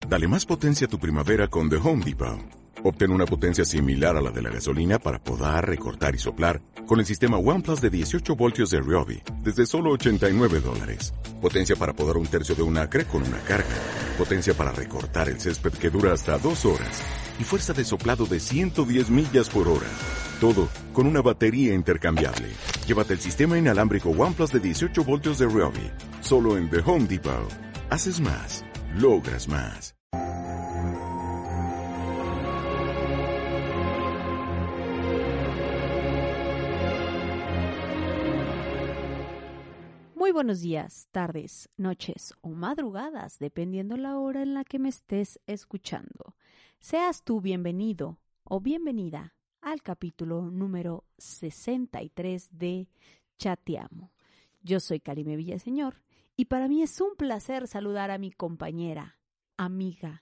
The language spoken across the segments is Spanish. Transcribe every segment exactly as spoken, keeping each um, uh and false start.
Dale más potencia a tu primavera con The Home Depot. Obtén una potencia similar a la de la gasolina para podar, recortar y soplar con el sistema OnePlus de dieciocho voltios de Ryobi desde solo ochenta y nueve dólares. Potencia para podar un tercio de un acre con una carga. Potencia para recortar el césped que dura hasta dos horas. Y fuerza de soplado de ciento diez millas por hora. Todo con una batería intercambiable. Llévate el sistema inalámbrico OnePlus de dieciocho voltios de Ryobi. Solo en The Home Depot. Haces más. Logras más. Muy buenos días, tardes, noches o madrugadas, dependiendo la hora en la que me estés escuchando. Seas tú bienvenido o bienvenida al capítulo número sesenta y tres de Chateamo. Yo soy Karime Villaseñor y para mí es un placer saludar a mi compañera, amiga,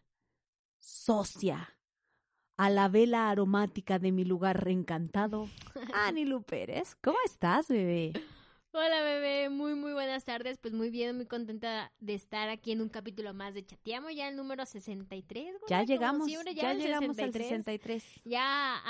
socia, a la vela aromática de mi lugar reencantado, Anilu Pérez. ¿Cómo estás, bebé? Hola, bebé, muy muy buenas tardes, pues muy bien, muy contenta de estar aquí en un capítulo más de Chateamo, ya el número sesenta y tres. ¿Verdad? Ya llegamos, siempre, ya, ya llegamos sesenta y tres. Al sesenta y tres. Ya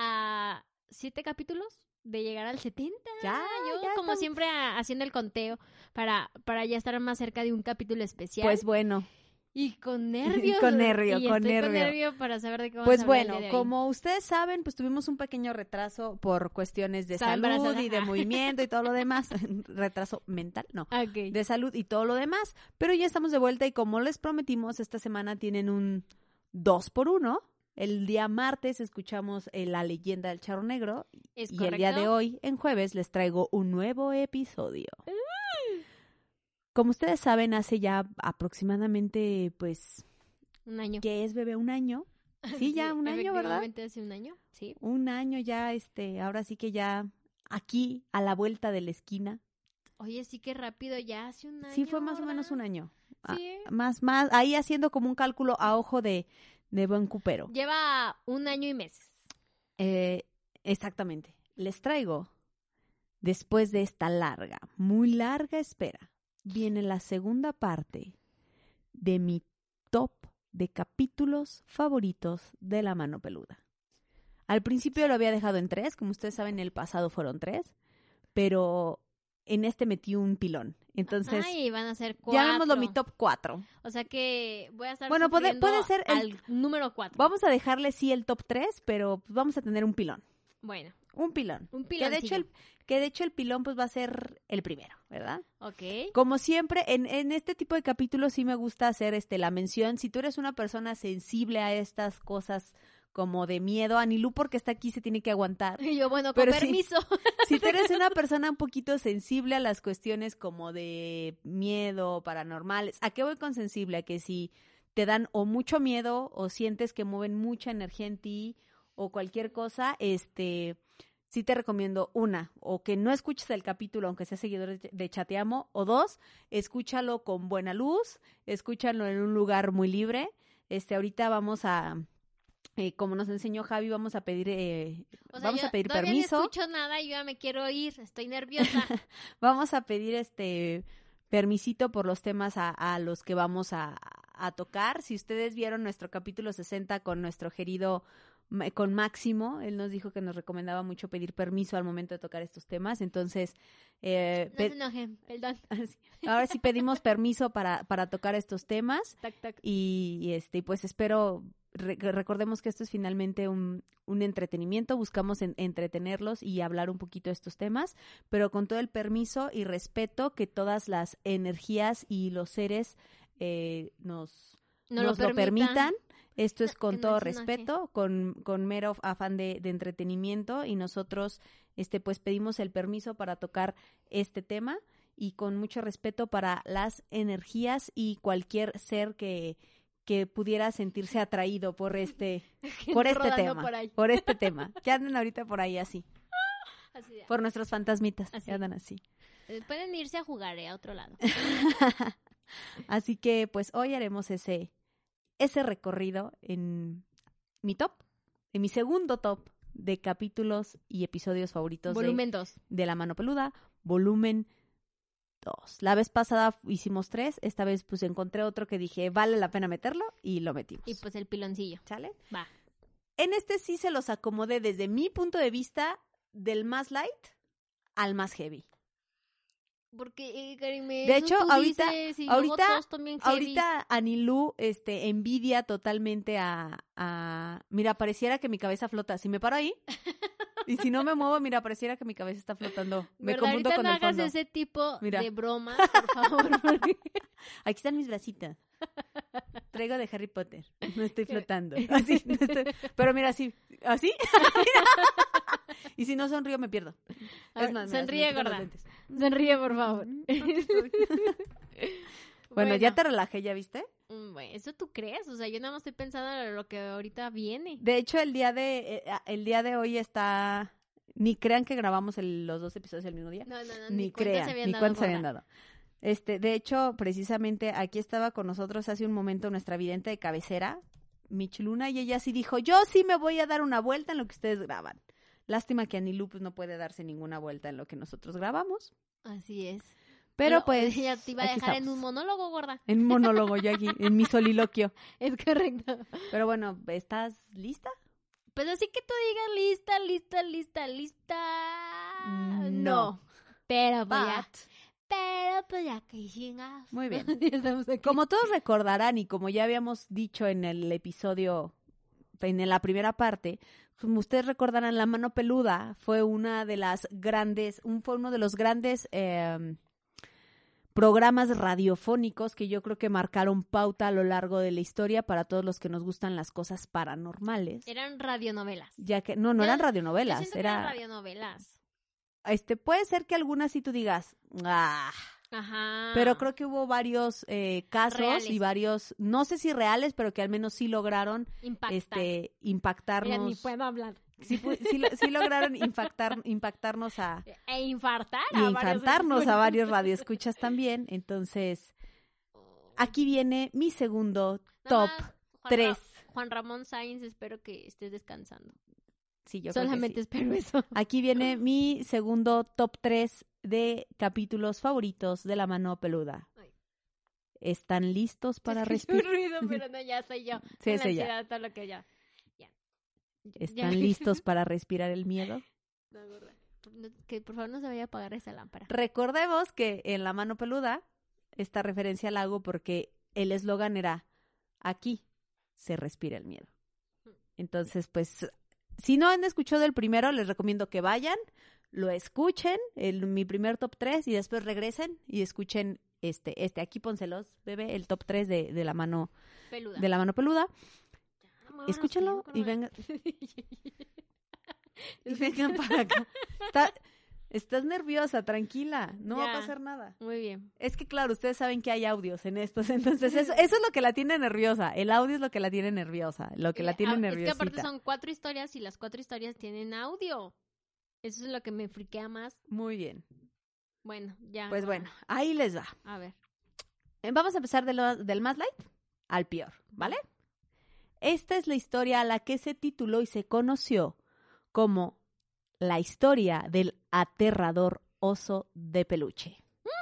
a siete capítulos de llegar al setenta. Ya, yo ya como estamos... siempre a, haciendo el conteo para, para ya estar más cerca de un capítulo especial. Pues bueno. Y con nervios. con nervio, y con estoy nervio. con nervio para saber de cómo Pues vamos a hablar bueno, el día de como hoy. ustedes saben, pues tuvimos un pequeño retraso por cuestiones de Estaba salud embarazada. y de movimiento y todo lo demás. Retraso mental, no. Okay. De salud y todo lo demás. Pero ya estamos de vuelta y como les prometimos, esta semana tienen un dos por uno. El día martes escuchamos eh, La Leyenda del Charro Negro. ¿Es y correcto? el día de hoy, en jueves, les traigo un nuevo episodio. Uh. Como ustedes saben, hace ya aproximadamente, pues... Un año. ¿Qué es, bebé? ¿Un año? Sí, ya un año, ¿verdad? Efectivamente hace un año, sí. Un año ya, este, ahora sí que ya aquí, a la vuelta de la esquina. Oye, sí que rápido, ya hace un año. Sí, fue más ¿verdad? o menos un año. Sí. Ah, más, más, ahí haciendo como un cálculo a ojo de, de buen cupero. Lleva un año y meses. Eh, exactamente. Les traigo, después de esta larga, muy larga espera, viene la segunda parte de mi top de capítulos favoritos de La Mano Peluda. Al principio lo había dejado en tres, como ustedes saben, en el pasado fueron tres, pero en este metí un pilón. Entonces, Ay, van a ser cuatro. llamémoslo mi top cuatro. O sea que voy a estar bueno, puede, puede ser el, al número cuatro. Vamos a dejarle sí el top tres, pero vamos a tener un pilón. Bueno. Un pilón. Un pilón. Que de hecho el, que de hecho el pilón pues va a ser el primero, ¿verdad? Ok. Como siempre, en, en este tipo de capítulos sí me gusta hacer este la mención. Si tú eres una persona sensible a estas cosas como de miedo, Anilú porque está aquí se tiene que aguantar. Y yo, bueno, con Pero permiso. Si, si tú eres una persona un poquito sensible a las cuestiones como de miedo, paranormales, ¿a qué voy con sensible? A que si te dan o mucho miedo o sientes que mueven mucha energía en ti o cualquier cosa, este... sí te recomiendo, una, o que no escuches el capítulo aunque seas seguidor de Chateamo, o dos, escúchalo con buena luz, escúchalo en un lugar muy libre. Este, ahorita vamos a, eh, como nos enseñó Javi, vamos a pedir, eh, o sea, vamos yo a pedir todavía permiso. No escucho nada y yo ya me quiero ir, estoy nerviosa. Vamos a pedir este permisito por los temas a, a los que vamos a, a tocar. Si ustedes vieron nuestro capítulo sesenta con nuestro querido con Máximo, él nos dijo que nos recomendaba mucho pedir permiso al momento de tocar estos temas, entonces eh, no se enojen, perdón. Ahora sí pedimos permiso para, para tocar estos temas. Tac, tac. Y, y este pues espero, re, recordemos que esto es finalmente un, un entretenimiento, buscamos en, entretenerlos y hablar un poquito de estos temas, pero con todo el permiso y respeto que todas las energías y los seres eh, nos, no nos lo, lo permitan. Esto es No, con no todo es respeto, con, con mero afán de, de entretenimiento y nosotros este pues pedimos el permiso para tocar este tema y con mucho respeto para las energías y cualquier ser que, que pudiera sentirse atraído por este por este tema, por, ahí. por este tema, que andan ahorita por ahí así, así de... por nuestros fantasmitas, así. que andan así. Pueden irse a jugar eh, a otro lado. Así que pues hoy haremos ese ese recorrido en mi top, en mi segundo top de capítulos y episodios favoritos volumen de, dos de La Mano Peluda, volumen dos. La vez pasada hicimos tres, esta vez pues encontré otro que dije, vale la pena meterlo y lo metimos. Y pues el piloncillo. ¿Sale? Va. En este sí se los acomodé desde mi punto de vista del más light al más heavy. Porque, eh, Karime, De eso hecho, tú ahorita, dices, y luego ahorita, todos también heavy. ahorita Anilú este, envidia totalmente a, a... Mira, pareciera que mi cabeza flota. Si me paro ahí, y si no me muevo, mira, pareciera que mi cabeza está flotando. Me ¿Verdad? confundo Ahorita con no el hagas fondo. ese tipo Mira. de bromas, por favor. Porque... Aquí están mis bracitos. Traigo de Harry Potter. No estoy flotando. Así, no estoy... Pero mira, así. ¿Así? Y si no sonrío, me pierdo. A ver, más, mira, sonríe, se me quitan gorda. los lentes. Sonríe, por favor. Bueno, ya te relajé, ¿ya viste? Mm, Bueno, ¿eso tú crees? O sea, yo nada más estoy pensando en lo que ahorita viene. De hecho, el día de eh, el día de hoy está... Ni crean que grabamos el- los dos episodios el mismo día. No, no, no, Ni, ni, cuenta crean, se habían ni dado, cuántos se gorda. habían dado. Este, de hecho, precisamente aquí estaba con nosotros hace un momento nuestra vidente de cabecera, Michluna, y ella sí dijo, yo sí me voy a dar una vuelta en lo que ustedes graban. Lástima que Anilú pues, no puede darse ninguna vuelta en lo que nosotros grabamos. Así es. Pero Lo- pues, Ella te iba a aquí dejar en estamos. un monólogo, gorda. En monólogo yo aquí, en mi soliloquio. Es correcto. Pero bueno, ¿estás lista? Pues así que tú digas lista, lista, lista, lista. No. Pero pues Va. ya. Pero pues ya que chingas. Muy bien. Ya estamos aquí. Como todos recordarán y como ya habíamos dicho en el episodio, en la primera parte, como ustedes recordarán, La Mano Peluda fue una de las grandes, un, fue uno de los grandes eh, programas radiofónicos que yo creo que marcaron pauta a lo largo de la historia para todos los que nos gustan las cosas paranormales. Eran radionovelas. Ya que, no, no Yo- eran Yo radionovelas, siento que era, eran radionovelas. este, puede ser que algunas sí tú digas, ah, Ajá. pero creo que hubo varios eh, casos Reales. y varios, no sé si reales, pero que al menos sí lograron Impactar. este Mira, impactarnos. ni puedo hablar. Sí, fu- sí lo- sí lograron impactar, impactarnos a E infartar y a varios infantarnos a escuchas. varios radioescuchas también. Entonces, aquí viene mi segundo top Nada más, Juan tres. Ra- Juan Ramón Sáenz, espero que estés descansando. Sí, yo creo que Solamente sí. espero eso. Aquí viene mi segundo top tres de capítulos favoritos de La Mano Peluda. Ay. ¿Están listos para Un respirar? ruido, pero no, ya soy yo. Sí, Con es ella. ansiedad, todo lo que ya. Ya. Ya. ¿Están listos para respirar el miedo? No, gorda. No, que por favor no se vaya a apagar esa lámpara. Recordemos que en La Mano Peluda, esta referencia la hago porque el eslogan era, aquí se respira el miedo. Entonces, pues, si no han escuchado el primero, les recomiendo que vayan, lo escuchen, el, mi primer top tres, y después regresen y escuchen este, este, aquí pónselos, bebé, el top tres de, de La Mano, Peluda. de La Mano Peluda. Ya, vámonos, Escúchenlo que yo y creo vengan, que- y vengan para acá. Está- estás nerviosa, tranquila, no va Ya. a pasar nada. Muy bien. Es que claro, ustedes saben que hay audios en estos, entonces eso, eso es lo que la tiene nerviosa. El audio es lo que la tiene nerviosa, lo que la Eh, tiene ah, Es que nerviosita. aparte son cuatro historias y las cuatro historias tienen audio. Eso es lo que me friquea más. Muy bien. Bueno, ya. Pues gorda. bueno, ahí les va. A ver. Eh, Vamos a empezar de lo- del más light al peor, ¿vale? Esta es la historia a la que se tituló y se conoció como la historia del aterrador oso de peluche.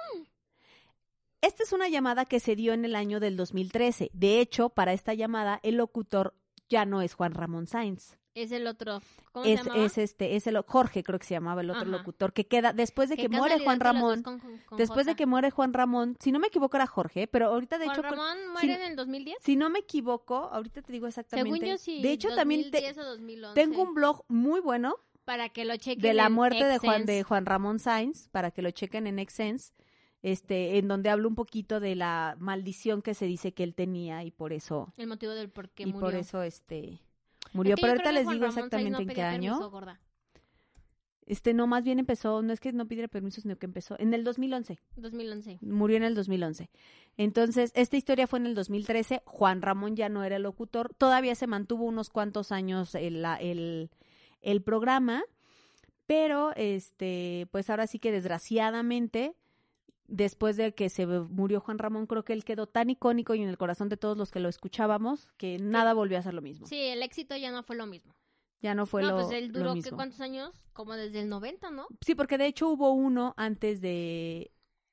Esta es una llamada que se dio en el año del dos mil trece. De hecho, para esta llamada, el locutor ya no es Juan Ramón Sáenz. Es el otro. ¿Cómo Es, se llamaba? es este, es el Jorge, creo que se llamaba el otro Ajá. locutor, que queda después de Qué que muere casualidad Juan que los Ramón. dos con- con Después de J. que muere Juan Ramón, si no me equivoco era Jorge, pero ahorita de Juan hecho, creo- Ramón si- muere en el dos mil diez. si no me equivoco, ahorita te digo exactamente. Según yo sí. de hecho, también te- dos mil diez o dos mil once. tengo un blog muy bueno Para que lo chequen de la en muerte de Juan, de Xsense. Juan Ramón Sáenz, para que lo chequen en Xsense, este, en donde hablo un poquito de la maldición que se dice que él tenía y por eso, El motivo del por qué y murió. por eso este murió. Es que Pero yo ahorita creo que les Juan digo Ramón Sáenz exactamente no en qué pedía año. permiso, gorda. Este, no, más bien empezó, no es que no pidiera permiso, sino que empezó en el dos mil once. dos mil once. Murió en el dos mil once. Entonces, esta historia fue en el dos mil trece. Juan Ramón ya no era el locutor. Todavía se mantuvo unos cuantos años el, la- el, el programa. Pero, este, pues ahora sí que desgraciadamente, después de que se murió Juan Ramón, creo que él quedó tan icónico y en el corazón de todos los que lo escuchábamos, que nada volvió a ser lo mismo. Sí, el éxito ya no fue lo mismo. Ya no fue no, lo, pues él lo duró, ¿qué, mismo. ¿cuántos años? Como desde el noventa, ¿no? Sí, porque de hecho hubo uno antes de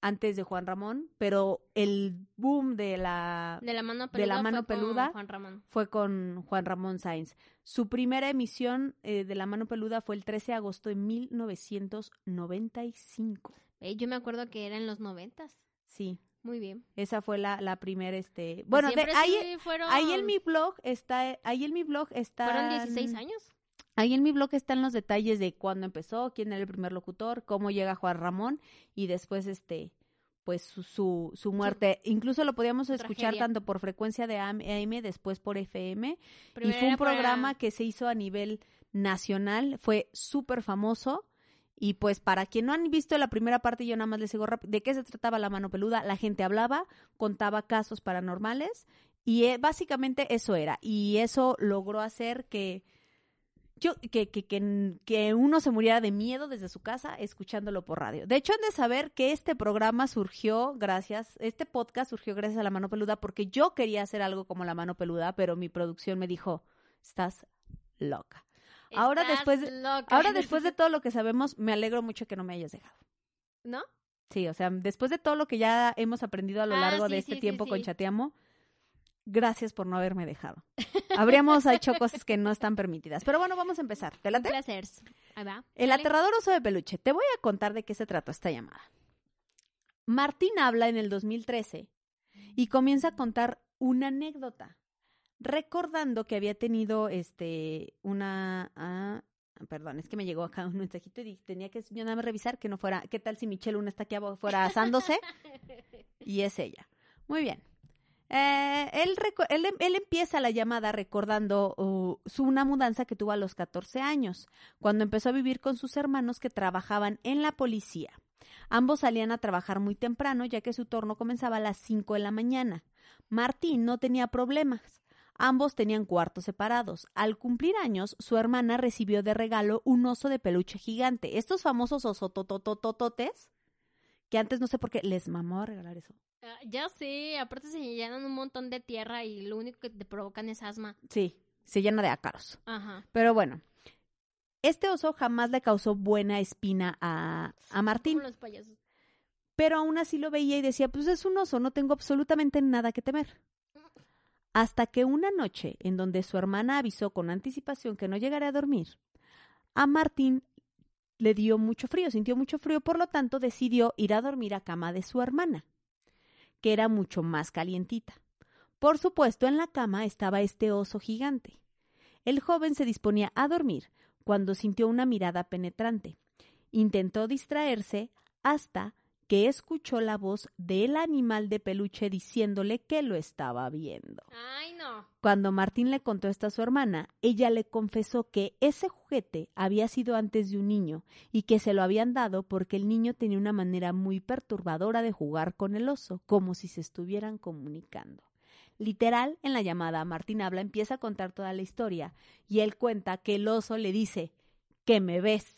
antes de Juan Ramón, pero el boom de la, de la mano peluda, de la mano fue, peluda con Juan Ramón. fue con Juan Ramón Sáenz. Su primera emisión eh, de La Mano Peluda fue el trece de agosto de mil novecientos noventa y cinco. Eh, yo me acuerdo que era en los noventas. Sí. Muy bien. Esa fue la, la primera, este... Bueno, pues de, sí ahí, fueron... ahí en mi blog está... Ahí en mi blog está... ¿Fueron dieciséis años? Ahí en mi blog están los detalles de cuándo empezó, quién era el primer locutor, cómo llega Juan Ramón y después, este... pues su, su, su muerte. Sí. Incluso lo podíamos escuchar tragedia. Tanto por frecuencia de A M, después por F M. Primero y fue un programa para... que se hizo a nivel nacional, fue súper famoso. Y pues para quien no han visto la primera parte, yo nada más les digo rápido, ¿de qué se trataba La Mano Peluda? La gente hablaba, contaba casos paranormales y eh, básicamente eso era. Y eso logró hacer que... Yo, que, que, que, que uno se muriera de miedo desde su casa escuchándolo por radio. De hecho, han de saber que este programa surgió gracias, este podcast surgió gracias a La Mano Peluda, porque yo quería hacer algo como La Mano Peluda, pero mi producción me dijo, estás loca. Estás ahora después, de, loca. ahora después de todo lo que sabemos, me alegro mucho que no me hayas dejado. ¿No? Sí, o sea, después de todo lo que ya hemos aprendido a lo ah, largo sí, de este sí, tiempo sí, con sí. Chateamo, gracias por no haberme dejado. Habríamos hecho cosas que no están permitidas. Pero bueno, vamos a empezar. ¿Te late? Un placer. Ahí va. El Dale. aterrador oso de peluche. Te voy a contar de qué se trató esta llamada. Martín habla en el dos mil trece y comienza a contar una anécdota, recordando que había tenido este una... Ah, perdón, es que me llegó acá un mensajito y tenía que yo nada más revisar que no fuera... ¿Qué tal si Michelle Luna está aquí abajo fuera asándose? Y es ella. Muy bien. Eh, él, él, él empieza la llamada recordando uh, su una mudanza que tuvo a los catorce años, cuando empezó a vivir con sus hermanos que trabajaban en la policía. Ambos salían a trabajar muy temprano, ya que su turno comenzaba a las cinco de la mañana. Martín no tenía problemas. Ambos tenían cuartos separados. Al cumplir años, su hermana recibió de regalo un oso de peluche gigante. Estos famosos osotototototes, que antes no sé por qué les mamó a regalar eso. Uh, ya sé, aparte se llenan un montón de tierra y lo único que te provocan es asma. Sí, se llena de ácaros. Ajá. Pero bueno, este oso jamás le causó buena espina a, a Martín. Como los payasos. Pero aún así lo veía y decía, pues es un oso, no tengo absolutamente nada que temer. Hasta que una noche, en donde su hermana avisó con anticipación que no llegaría a dormir, a Martín le dio mucho frío, sintió mucho frío, por lo tanto decidió ir a dormir a cama de su hermana, que era mucho más calientita. Por supuesto, en la cama estaba este oso gigante. El joven se disponía a dormir cuando sintió una mirada penetrante. Intentó distraerse hasta que escuchó la voz del animal de peluche diciéndole que lo estaba viendo. ¡Ay, no! Cuando Martín le contó esto a su hermana, ella le confesó que ese juguete había sido antes de un niño y que se lo habían dado porque el niño tenía una manera muy perturbadora de jugar con el oso, como si se estuvieran comunicando. Literal, en la llamada, Martín habla, empieza a contar toda la historia y él cuenta que el oso le dice, ¿que me ves?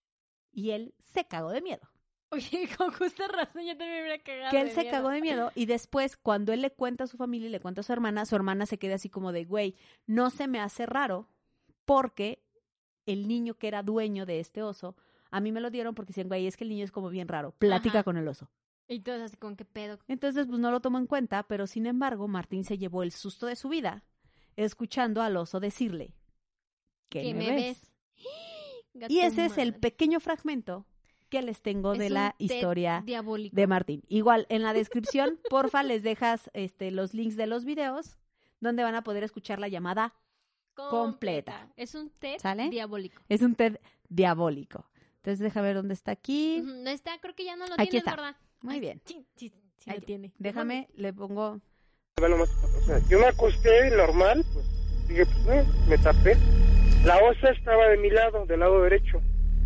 Y él se cagó de miedo. Oye, con justa razón yo también me hubiera cagado Que él de se miedo. cagó de miedo y después cuando él le cuenta a su familia y le cuenta a su hermana, su hermana se queda así como de, güey, no se me hace raro porque el niño que era dueño de este oso, a mí me lo dieron porque decían, güey, es que el niño es como bien raro, platica Ajá. con el oso. Y todos así, ¿con qué pedo? Entonces, pues no lo tomó en cuenta, pero sin embargo, Martín se llevó el susto de su vida escuchando al oso decirle, ¿qué ¿Que me, me ves? ves? Y ese es el Gato pequeño fragmento que les tengo madre. de Es la un té historia diabólico. de Martín. Igual, en la descripción, porfa, les dejas este, los links de los videos donde van a poder escuchar la llamada completa. Es un té ¿Sale? diabólico. Es un TED diabólico. Entonces, deja ver dónde está aquí. Ujú, no está, creo que ya no lo Aquí tienes, está. ¿verdad? Muy Ay, bien. Sí, sí, sí Ay, lo tiene. Déjame, le pongo... O sea, yo me acosté normal, pues dije, pues eh, me tapé. La osa estaba de mi lado, del lado derecho.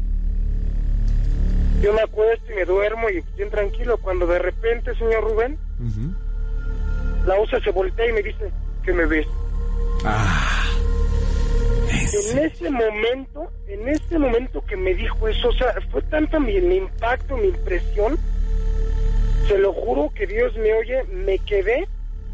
Yo me acuesto y me duermo y bien tranquilo. Cuando de repente, señor Rubén, uh-huh. la osa se voltea y me dice, ¿qué me ves? Ah, en ese momento, en ese momento que me dijo eso, o sea, fue tanto mi, mi impacto, mi impresión, se lo juro que Dios me oye, me quedé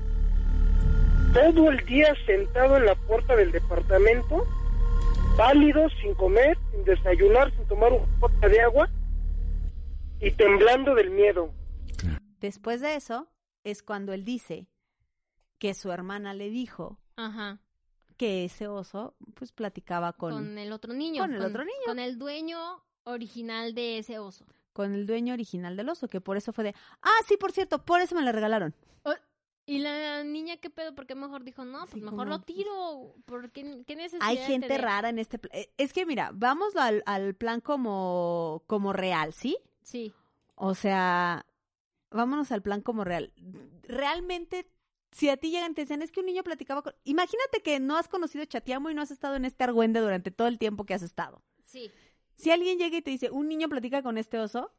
todo el día sentado en la puerta del departamento, pálido, sin comer, sin desayunar, sin tomar un pote de agua y temblando del miedo. Después de eso, es cuando él dice que su hermana le dijo Ajá. que ese oso, pues, platicaba con... Con el otro niño. Con el otro niño. Con el dueño original de ese oso. Con el dueño original del oso, que por eso fue de... Ah, sí, por cierto, por eso me lo regalaron. Oh, ¿y la niña qué pedo? ¿Por qué mejor dijo, no, pues Sí, mejor como- lo tiro? ¿Por qué, qué necesidad Hay de gente tener? rara en este... pla- eh, Es que, mira, vamos al, al plan como, como real, ¿sí? Sí. O sea, vámonos al plan como real. Realmente, si a ti llegan y te dicen, es que un niño platicaba con... Imagínate que no has conocido Chatiamo y no has estado en este argüende durante todo el tiempo que has estado. Sí. Si alguien llega y te dice, un niño platica con este oso,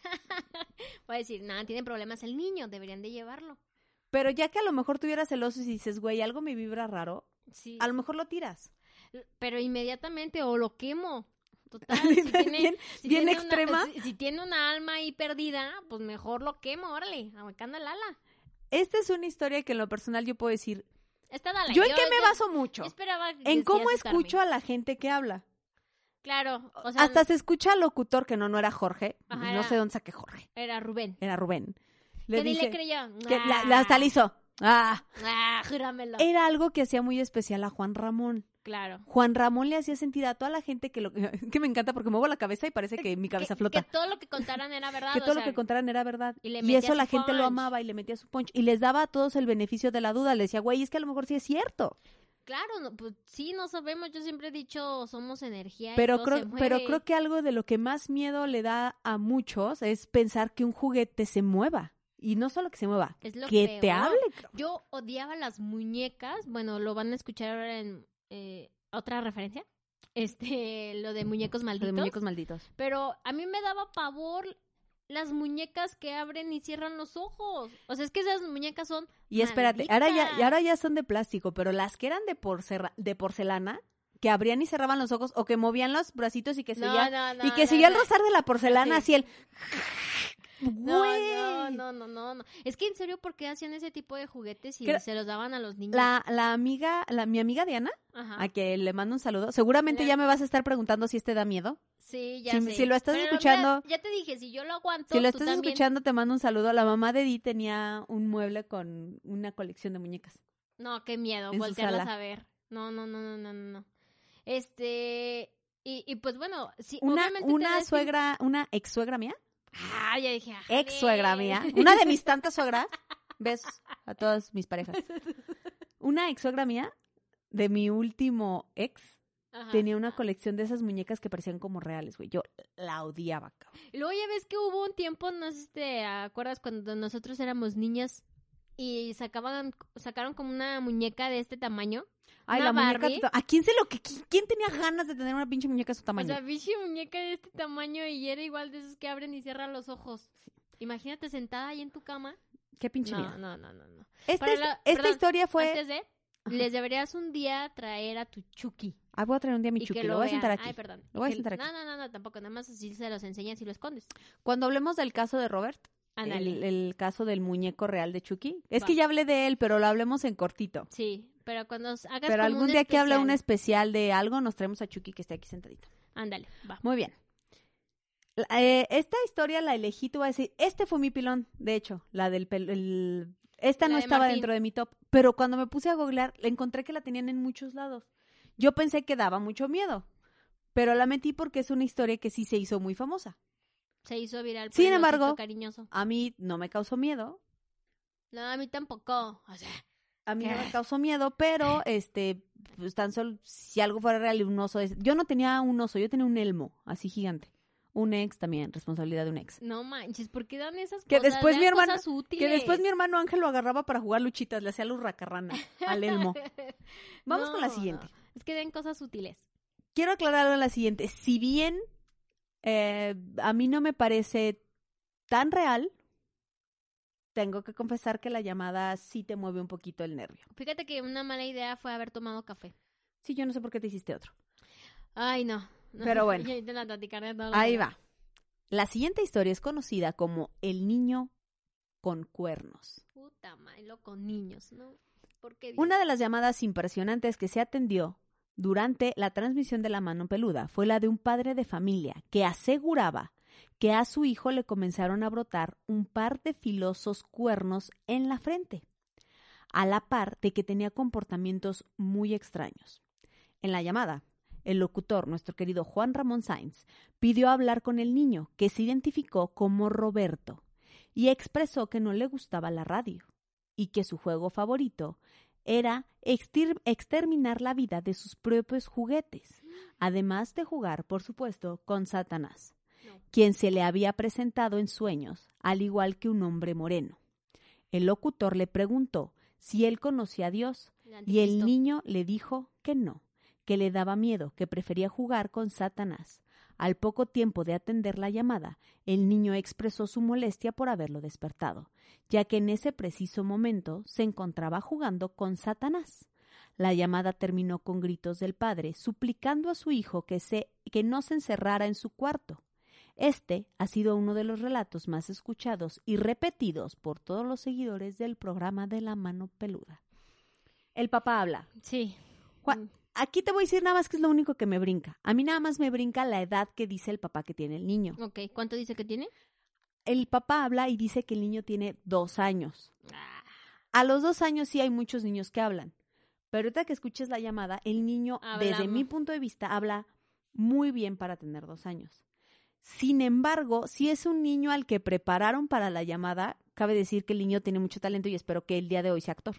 Voy a decir, nada, tiene problemas el niño, deberían de llevarlo. pero ya que a lo mejor tuvieras el oso y dices, güey, algo me vibra raro, Sí. a lo mejor lo tiras. Pero inmediatamente, o lo quemo. Total, si tiene, Bien- si bien tiene extrema. Una, si, si tiene una alma ahí perdida, pues mejor lo quemo, órale, ahuecando el ala. Esta es una historia que en lo personal yo puedo decir, Esta dale. ¿yo en qué me yo- baso mucho? yo esperaba que En sí cómo asustarme. escucho a la gente que habla. Claro, o sea, Hasta se escucha al locutor, que no, no era Jorge. Ajá, no era- sé dónde saqué Jorge. era Rubén. Era Rubén. Que ni dije le creyó. que la, Ah. la- hasta le hizo. Ah, Ah, júramelo. era algo que hacía muy especial a Juan Ramón. Claro. Juan Ramón le hacía sentir a toda la gente que lo que me encanta porque muevo la cabeza y parece que mi cabeza que, flota. Que todo lo que contaran era verdad. Que o todo lo sea, que contaran era verdad. y le Y, metía eso su la gente lo punch. amaba y le metía su punch. Y les daba a todos el beneficio de la duda. Le decía, güey, es que a lo mejor sí es cierto. Claro, no, pues sí, no sabemos. Yo siempre he dicho, somos energía. y Pero todo creo, se pero mueve. creo que algo de lo que más miedo le da a muchos es pensar que un juguete se mueva. Y no solo que se mueva, Es lo que peor. te hable. cabrón. Yo odiaba las muñecas. Bueno, lo van a escuchar ahora en eh, otra referencia. Este, lo de muñecos Lo malditos. de muñecos malditos. Pero a mí me daba pavor las muñecas que abren y cierran los ojos. O sea, es que esas muñecas son Y espérate, ahora ya, malditas. y ahora ya son de plástico, pero las que eran de, porcela- de porcelana, que abrían y cerraban los ojos, o que movían los bracitos y que No, seguía, no, no, y que no, seguía no. el rozar de la porcelana, Sí. así el... No, ¡Güey! no, no, no, no, no. Es que en serio, ¿por qué hacían ese tipo de juguetes y Creo- se los daban a los niños? La, la amiga, la, mi amiga Diana, Ajá. a que le mando un saludo, seguramente Le- ya me vas a estar preguntando si este da miedo. Sí, ya si- sé. si lo estás Pero escuchando- mira, ya te dije, si yo lo aguanto, Si lo tú estás también. escuchando, te mando un saludo. La mamá de Di tenía un mueble con una colección de muñecas. No, qué miedo, En su voltearlas sala. a ver. No, no, no, no, no, no, no. Este, y, y pues bueno, sí, Una, obviamente te una des- suegra, una ex suegra mía, Ah, ya dije. ajá, ex suegra bien. mía, una de mis tantas suegras, besos a todas mis parejas. Una ex suegra mía, de mi último ex, Ajá. tenía una colección de esas muñecas que parecían como reales, güey. Yo la odiaba, cabrón. Y luego ya ves que hubo un tiempo, no sé si te acuerdas, cuando nosotros éramos niñas y sacaban, sacaron como una muñeca de este tamaño. Ay, Una la muñeca. Barbie. to- ¿A quién se lo que qui- quién tenía ganas de tener una pinche muñeca de su O tamaño? sea, bichi muñeca de este tamaño y era igual de esos que abren y cierran los ojos. Imagínate sentada ahí en tu cama. Qué pinche No, miedo. no, no, no, no. Esta, Para his- la- esta perdón, historia fue. Antes de, Ajá. les deberías un día traer a tu Chucky. Ah, voy a traer un día a mi y Chucky. que Lo lo voy a vean. sentar aquí. Ay, perdón. Lo voy a Que- sentar aquí. No, no, no, no, tampoco. Nada más así se los enseñas y lo escondes. Cuando hablemos del caso de Robert, Ándale. el, el caso del muñeco real de Chucky, es Va. que ya hablé de él, pero lo hablemos en cortito. Sí, pero cuando hagas Pero como algún un día que hable un especial. especial de algo, nos traemos a Chucky que esté aquí sentadito. Ándale, va. Muy bien. La- eh, esta historia la elegí, tú vas a decir, este fue mi pilón, de hecho, la del pel- el- esta La no de estaba Martín. dentro de mi top, pero cuando me puse a googlear, encontré que la tenían en muchos lados. Yo pensé que daba mucho miedo, pero la metí porque es una historia que sí se hizo muy famosa. Se hizo viral. por Sin el embargo- osito cariñoso. A mí no me causó miedo, No, a mí tampoco. O sea, a mí no ¿Qué? me causó miedo, pero este, pues tan solo si algo fuera real y un oso es... Yo no tenía un oso, yo tenía un elmo, así gigante. Un ex también, responsabilidad de un ex. no manches, ¿por qué dan esas Que cosas? después Dan mi hermano- cosas útiles. Que después mi hermano Ángel lo agarraba para jugar luchitas, le hacía lurracarrana al elmo. Vamos con la No, siguiente. no. Es que den cosas útiles. Quiero aclarar algo en la siguiente. Si bien eh, a mí no me parece tan real, tengo que confesar que la llamada sí te mueve un poquito el nervio. Fíjate que una mala idea fue haber tomado café. Sí, yo no sé por qué te hiciste otro. Ay, no. no. Pero bueno. Ya intentan platicar de todo lo Ahí que- va. La siguiente historia es conocida como El niño con cuernos. Puta madre, con niños, ¿no? ¿Por qué Dios? Una de las llamadas impresionantes que se atendió durante la transmisión de La mano peluda fue la de un padre de familia que aseguraba que a su hijo le comenzaron a brotar un par de filosos cuernos en la frente, a la par de que tenía comportamientos muy extraños. En la llamada, el locutor, nuestro querido Juan Ramón Sáenz, pidió hablar con el niño, que se identificó como Roberto, y expresó que no le gustaba la radio y que su juego favorito era extir- exterminar la vida de sus propios juguetes, además de jugar, por supuesto, con Satanás, no. quien se le había presentado en sueños, al igual que un hombre moreno. El locutor le preguntó si él conocía a Dios, y el niño le dijo que no, que le daba miedo, que prefería jugar con Satanás. Al poco tiempo de atender la llamada, el niño expresó su molestia por haberlo despertado, ya que en ese preciso momento se encontraba jugando con Satanás. La llamada terminó con gritos del padre, suplicando a su hijo que, se, que no se encerrara en su cuarto. Este ha sido uno de los relatos más escuchados y repetidos por todos los seguidores del programa de La Mano Peluda. El papá habla. Sí. Juan, aquí te voy a decir nada más que es lo único que me brinca. A mí nada más me brinca la edad que dice el papá que tiene el niño. Ok, ¿cuánto dice que tiene? El papá habla y dice que el niño tiene dos años. Ah. A los dos años sí hay muchos niños que hablan. Pero ahorita que escuches la llamada, el niño, Hablamos. desde mi punto de vista, habla muy bien para tener dos años. Sin embargo, si es un niño al que prepararon para la llamada, cabe decir que el niño tiene mucho talento y espero que el día de hoy sea actor.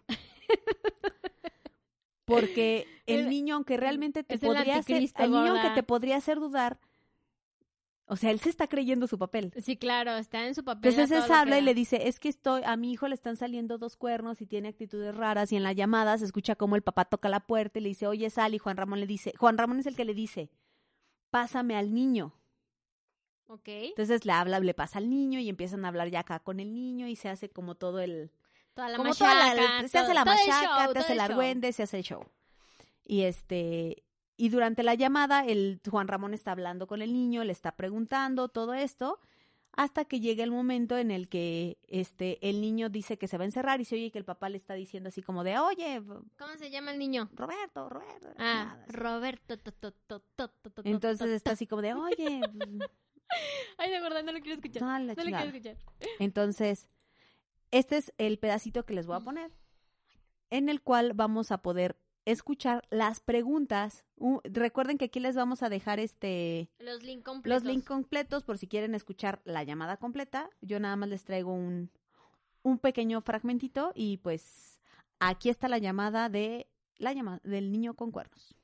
Porque el, el niño, aunque realmente te podría hacer, el niño aunque te podría hacer dudar, o sea, él se está creyendo su papel. Sí, claro, está en su papel. Entonces él habla y le dice, es que estoy, a mi hijo le están saliendo dos cuernos y tiene actitudes raras, y en la llamada se escucha como el papá toca la puerta y le dice, oye, sal, y Juan Ramón le dice, Juan Ramón es el que le dice, pásame al niño. Ok. Entonces le habla, le pasa al niño y empiezan a hablar ya acá con el niño y se hace como todo el... Toda la como machaca. Toda la, se todo, hace la todo machaca, show, te hace el argüende, se hace el show. Y este... Y durante la llamada, el Juan Ramón está hablando con el niño, le está preguntando todo esto, hasta que llega el momento en el que este el niño dice que se va a encerrar y se oye que el papá le está diciendo así como de, oye... ¿Cómo se llama el niño? Roberto, Roberto. Ah, nada, Roberto. To, to, to, to, to, to, Entonces está así como de, oye... Ay, de verdad, no lo quiero escuchar. No, no lo quiero escuchar. Entonces, este es el pedacito que les voy a poner, en el cual vamos a poder escuchar las preguntas. Uh, recuerden que aquí les vamos a dejar este los links completos. Los links completos por si quieren escuchar la llamada completa. Yo nada más les traigo un, un pequeño fragmentito y pues aquí está la llamada de la llamada del niño con cuernos.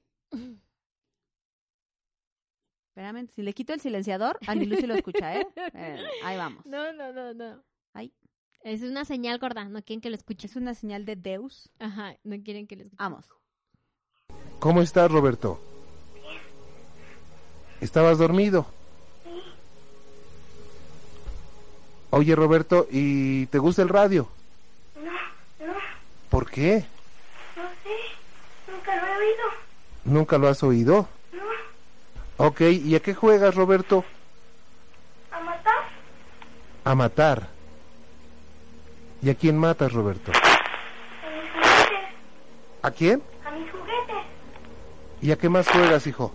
Espérame, si le quito el silenciador, Andy Lucy lo escucha, ¿eh? eh ahí vamos. No, no, no, no. Ahí. Es una señal gorda, no quieren que lo escuche. Es una señal de Deus. Ajá, no quieren que lo escuche. Vamos. ¿Cómo estás, Roberto? ¿Estabas dormido? Sí. Oye, Roberto, ¿y te gusta el radio? No, no. ¿Por qué? No sé, nunca lo he oído. ¿Nunca lo has oído? No. Ok, ¿y a qué juegas, Roberto? ¿A matar? A matar. ¿Y a quién matas, Roberto? A mis juguetes. ¿A quién? A mis juguetes. ¿Y a qué más juegas, hijo?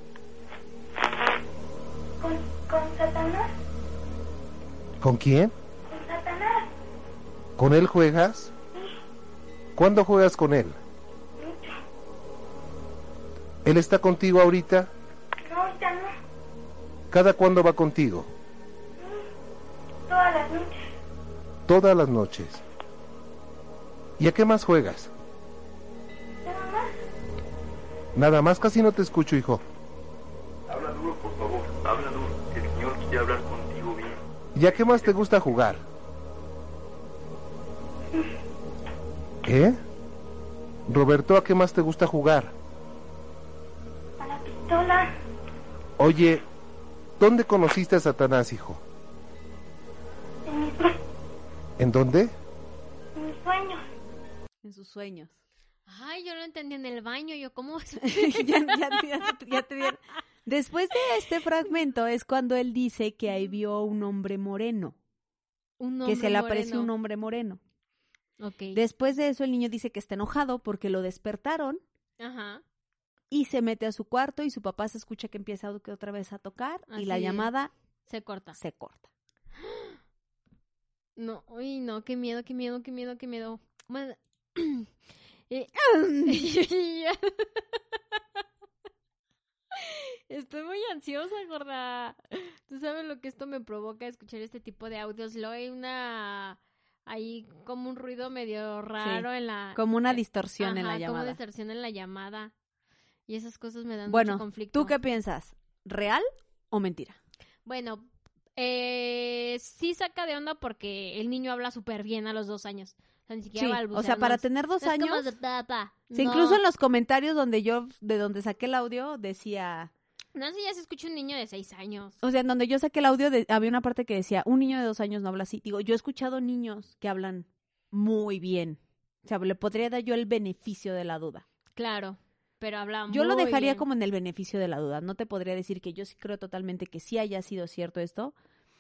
¿Con, con Satanás? ¿Con quién? Con Satanás. ¿Con él juegas? Sí. ¿Cuándo juegas con él? Mucho. ¿Él está contigo ahorita? No, ahorita no. ¿Cada cuándo va contigo? Sí. Todas las noches. Todas las noches. ¿Y a qué más juegas? Nada más. Nada más, casi no te escucho, hijo. Habla duro, por favor. Habla duro. Que el Señor quiere hablar contigo bien. ¿Y a qué más te gusta jugar? ¿Eh? Roberto, ¿a qué más te gusta jugar? A la pistola. Oye, ¿dónde conociste a Satanás, hijo? En mis, ¿En dónde? en mis sueños. En sus sueños. Ay, yo lo entendí en el baño, yo cómo... ya, ya, ya, ya te dieron. Después de este fragmento es cuando él dice que ahí vio un hombre moreno. Un hombre que se le moreno. apareció un hombre moreno. Okay. Después de eso el niño dice que está enojado porque lo despertaron. Ajá. Y se mete a su cuarto y su papá se escucha que empieza otra vez a tocar. Así y la es. llamada Se corta. Se corta. No, uy, no, qué miedo, qué miedo, qué miedo, qué miedo. Bueno, eh, estoy muy ansiosa, gorda. Tú sabes lo que esto me provoca escuchar este tipo de audios. Luego hay una... Hay como un ruido medio raro Sí, en la... como una eh, distorsión ajá, en la llamada. como distorsión en la llamada. Y esas cosas me dan Bueno, mucho conflicto. ¿tú qué piensas? ¿Real o mentira? Bueno, eh, sí saca de onda porque el niño habla súper bien a los dos años. O sea, ni siquiera Sí, balbucea, o sea, para no, tener dos no es como años... de papá. Sí, No. incluso en los comentarios donde yo, de donde saqué el audio, decía... No sé si ya se escucha un niño de seis años. O sea, en donde yo saqué el audio, de, había una parte que decía, un niño de dos años no habla así. Digo, yo he escuchado niños que hablan muy bien. O sea, le podría dar yo el beneficio de la duda. Claro, pero habla muy Yo lo dejaría bien. como en el beneficio de la duda. No te podría decir que yo sí creo totalmente que sí haya sido cierto esto.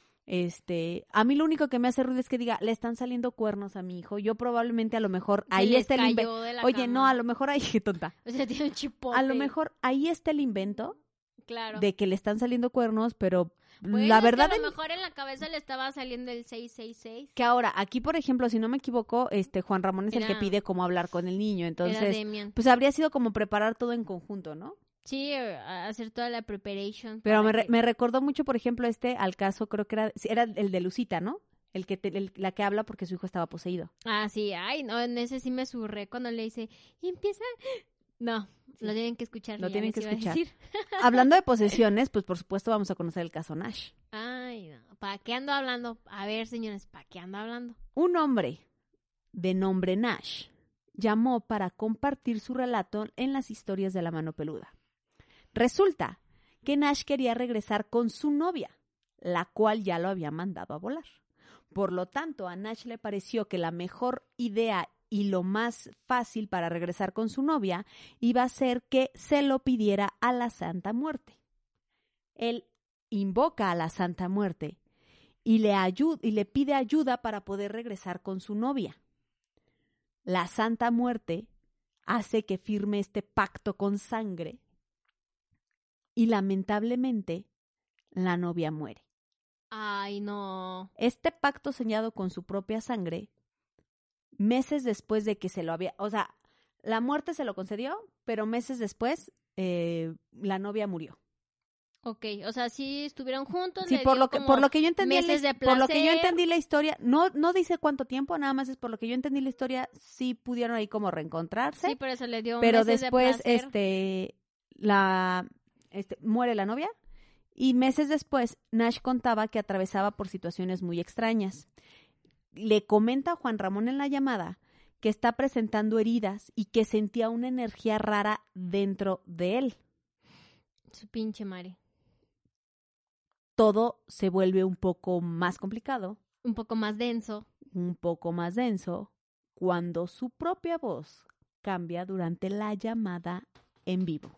Este, a mí lo único que me hace ruido es que diga, le están saliendo cuernos a mi hijo. Yo probablemente a lo mejor Se ahí les está el cayó invento. de la Oye, cama. no, a lo mejor ahí, qué tonta. O sea, tiene un chipote. A lo mejor ahí está el invento Claro. de que le están saliendo cuernos, pero Bueno, la es que verdad a en- lo mejor en la cabeza le estaba saliendo el seis seis seis. que ahora, aquí por ejemplo, si no me equivoco, este Juan Ramón es el Era- que pide cómo hablar con el niño, Era entonces, Demian. pues habría sido como preparar todo en conjunto, ¿no? Sí, eh, hacer toda la preparation. Pero para me, re- que- me recordó mucho, por ejemplo, este al caso, creo que era, sí, era el de Lucita, ¿no? El que te- el- la que habla porque su hijo estaba poseído. Ah, sí, ay, no, en ese sí me surré cuando le dice, y empieza... No, lo tienen que escuchar. Lo ya tienen les que iba a escuchar. decir. Hablando de posesiones, pues por supuesto vamos a conocer el caso Nash. Ay, no, ¿para qué ando hablando? A ver, señores, ¿para qué ando hablando? Un hombre de nombre Nash llamó para compartir su relato en las historias de la mano peluda. Resulta que Nash quería regresar con su novia, la cual ya lo había mandado a volar. Por lo tanto, a Nash le pareció que la mejor idea y lo más fácil para regresar con su novia iba a ser que se lo pidiera a la Santa Muerte. Él invoca a la Santa Muerte y le, ayu- y le pide ayuda para poder regresar con su novia. La Santa Muerte hace que firme este pacto con sangre y lamentablemente la novia muere. Ay, no. Este pacto sellado con su propia sangre, meses después de que se lo había... O sea, la muerte se lo concedió, pero meses después eh, la novia murió. Ok, o sea, sí estuvieron juntos. Sí, le por dio lo que como por lo que yo entendí la, meses de por lo que yo placer. entendí la historia, no no dice cuánto tiempo, nada más es por lo que yo entendí la historia, sí pudieron ahí como reencontrarse, Sí, por eso le dio pero meses de después placer. este la este muere la novia y meses después Nash contaba que atravesaba por situaciones muy extrañas. Le comenta a Juan Ramón en la llamada que está presentando heridas y que sentía una energía rara dentro de él. Su pinche madre. Todo se vuelve un poco más complicado, Un poco más denso. un poco más denso, cuando su propia voz cambia durante la llamada en vivo.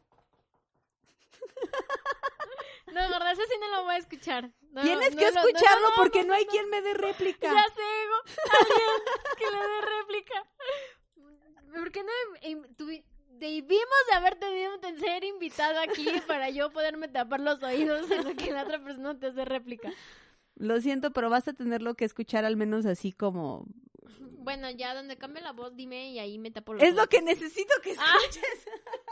No, gorda, eso sí no lo voy a escuchar. No, Tienes no que lo- no, escucharlo no, no, porque no, no hay no. quien me dé réplica. Ya sé, go- alguien que le dé réplica. ¿Por qué no em- tuvi- debimos de haber tenido un tercer invitado aquí para yo poderme tapar los oídos en lo que la otra persona te hace réplica? Lo siento, pero vas a tenerlo que escuchar al menos así como... Bueno, ya donde cambie la voz, dime y ahí me tapo los Es lo oídos. que necesito que Ah. escuches.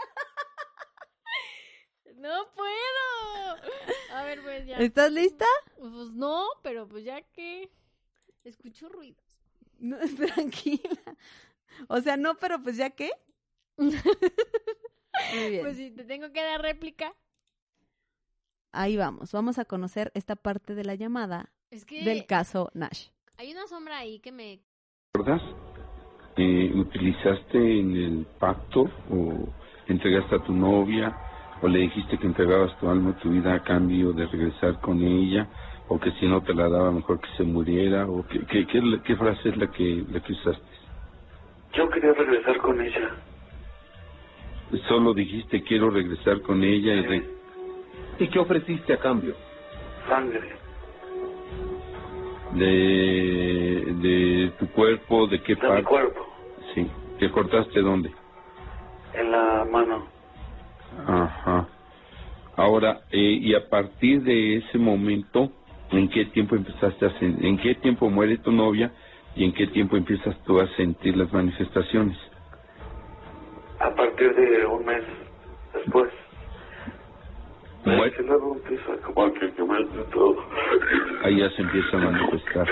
¡No puedo! A ver, pues ya. ¿Estás lista? Pues no, pero pues ya que... Escucho ruidos. No, tranquila. O sea, no, pero pues ya qué. Muy bien. Pues si te tengo que dar réplica. Ahí vamos. Vamos a conocer esta parte de la llamada Es que del caso Nash. hay una sombra ahí que me... ¿Recuerdas? Eh, ¿Utilizaste en el pacto o entregaste a tu novia o le dijiste que entregabas tu alma, tu vida a cambio de regresar con ella o que si no te la daba mejor que se muriera o qué, qué, qué, qué frase es la que, la que usaste? Yo quería regresar con ella. Solo dijiste quiero regresar con ella y... Re... ¿Y qué ofreciste a cambio? Sangre. De, de tu cuerpo, ¿de qué De parte? mi cuerpo. Sí. ¿Te cortaste dónde? En la mano. Ajá. Ahora, eh, y a partir de ese momento, ¿En qué tiempo empezaste a sen- en qué tiempo muere tu novia y en qué tiempo empiezas tú a sentir las manifestaciones? A partir de un mes después. Muere- Que luego empieza como que quemarse todo. Ahí ya se empieza a manifestar.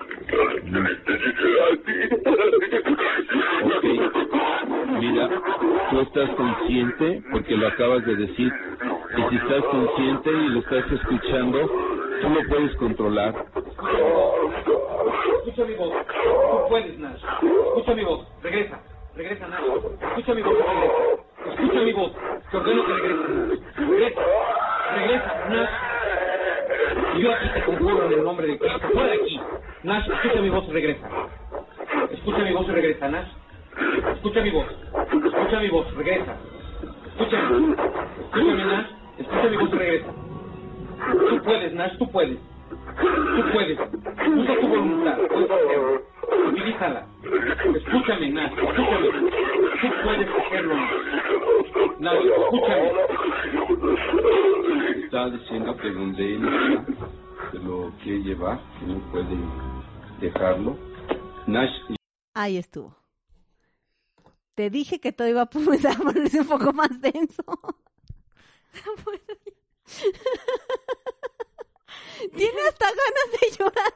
Ok, mira, tú estás consciente, porque lo acabas de decir, y si estás consciente y lo estás escuchando, tú lo puedes controlar. Escucha mi voz, tú puedes, Nash. Escucha mi voz, regresa, regresa, Nash. Escucha mi voz, regresa. Escucha mi voz, te ordeno que regreses, Nash. Regresa, regresa, Nash. Y yo aquí te conjuro en el nombre de Cristo, fuera de aquí. Nash, escucha mi voz y regresa. Escucha mi voz y regresa, Nash. Escucha mi voz, escucha mi voz, regresa. Escúchame, escúchame, Nash. Escucha mi voz y regresa. Tú puedes, Nash, tú puedes. Tú puedes. Usa tu voluntad. Puedes hacerlo. Utilízala. Escúchame, Nash. Escúchame. Tú puedes hacerlo, Nash. Nash, escúchame. Está diciendo que donde él está, se lo quiere llevar, que no puede dejarlo. Nash, Ahí estuvo. Te dije que todo iba a ponerse un poco más denso. Tiene hasta ganas de llorar.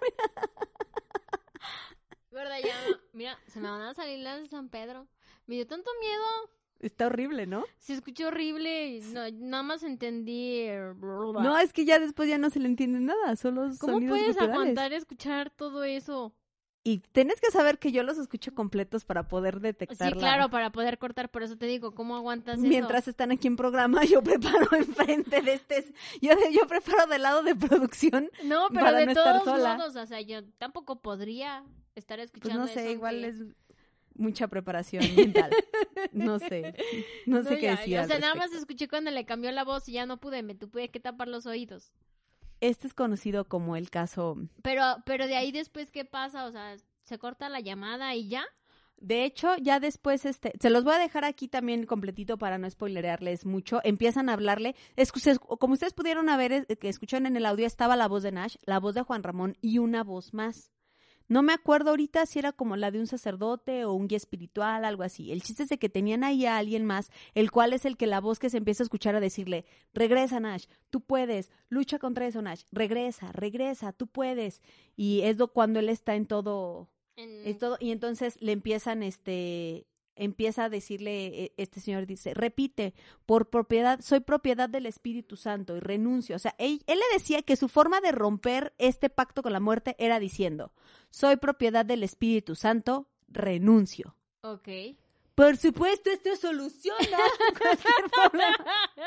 ¿Verdad? Ya, mira, se me van a salir las de San Pedro. Me dio tanto miedo. Está horrible, ¿no? Se escuchó horrible. No, nada más entendí. No, es que ya después ya no se le entiende nada. Solo ¿Cómo sonidos puedes guturales. aguantar escuchar todo eso? Y tienes que saber que yo los escucho completos para poder detectar. Sí, claro, para poder cortar. Por eso te digo, ¿cómo aguantas eso? Mientras están aquí en programa, yo preparo enfrente de este... Yo, yo preparo del lado de producción. No, pero para de no estar todos sola. modos, o sea, yo tampoco podría estar Pues escuchando no sé, eso, igual aunque- es mucha preparación mental. No sé. No sé No, qué ya, decir. ya, O al sea, nada más respecto. escuché cuando le cambió la voz y ya no pude, me tuve que tapar los oídos. Este es conocido como el caso... Pero, pero de ahí después, ¿qué pasa? O sea, ¿se corta la llamada y ya? De hecho, ya después, este, se los voy a dejar aquí también completito para no spoilerearles mucho. Empiezan a hablarle, es, se- como ustedes pudieron haber, eh, que escucharon en el audio, estaba la voz de Nash, la voz de Juan Ramón y una voz más. No me acuerdo ahorita si era como la de un sacerdote o un guía espiritual, algo así. El chiste es de que tenían ahí a alguien más, el cual es el que la voz que se empieza a escuchar a decirle, regresa Nash, tú puedes, lucha contra eso Nash, regresa, regresa, tú puedes. Y es lo- cuando él está en todo... En- Es todo, y entonces le empiezan, este, empieza a decirle, eh, este señor dice, repite, por propiedad, soy propiedad del Espíritu Santo y renuncio. O sea, él, él le decía que su forma de romper este pacto con la muerte era diciendo, soy propiedad del Espíritu Santo, renuncio. Ok. Por supuesto, esto soluciona cualquier problema.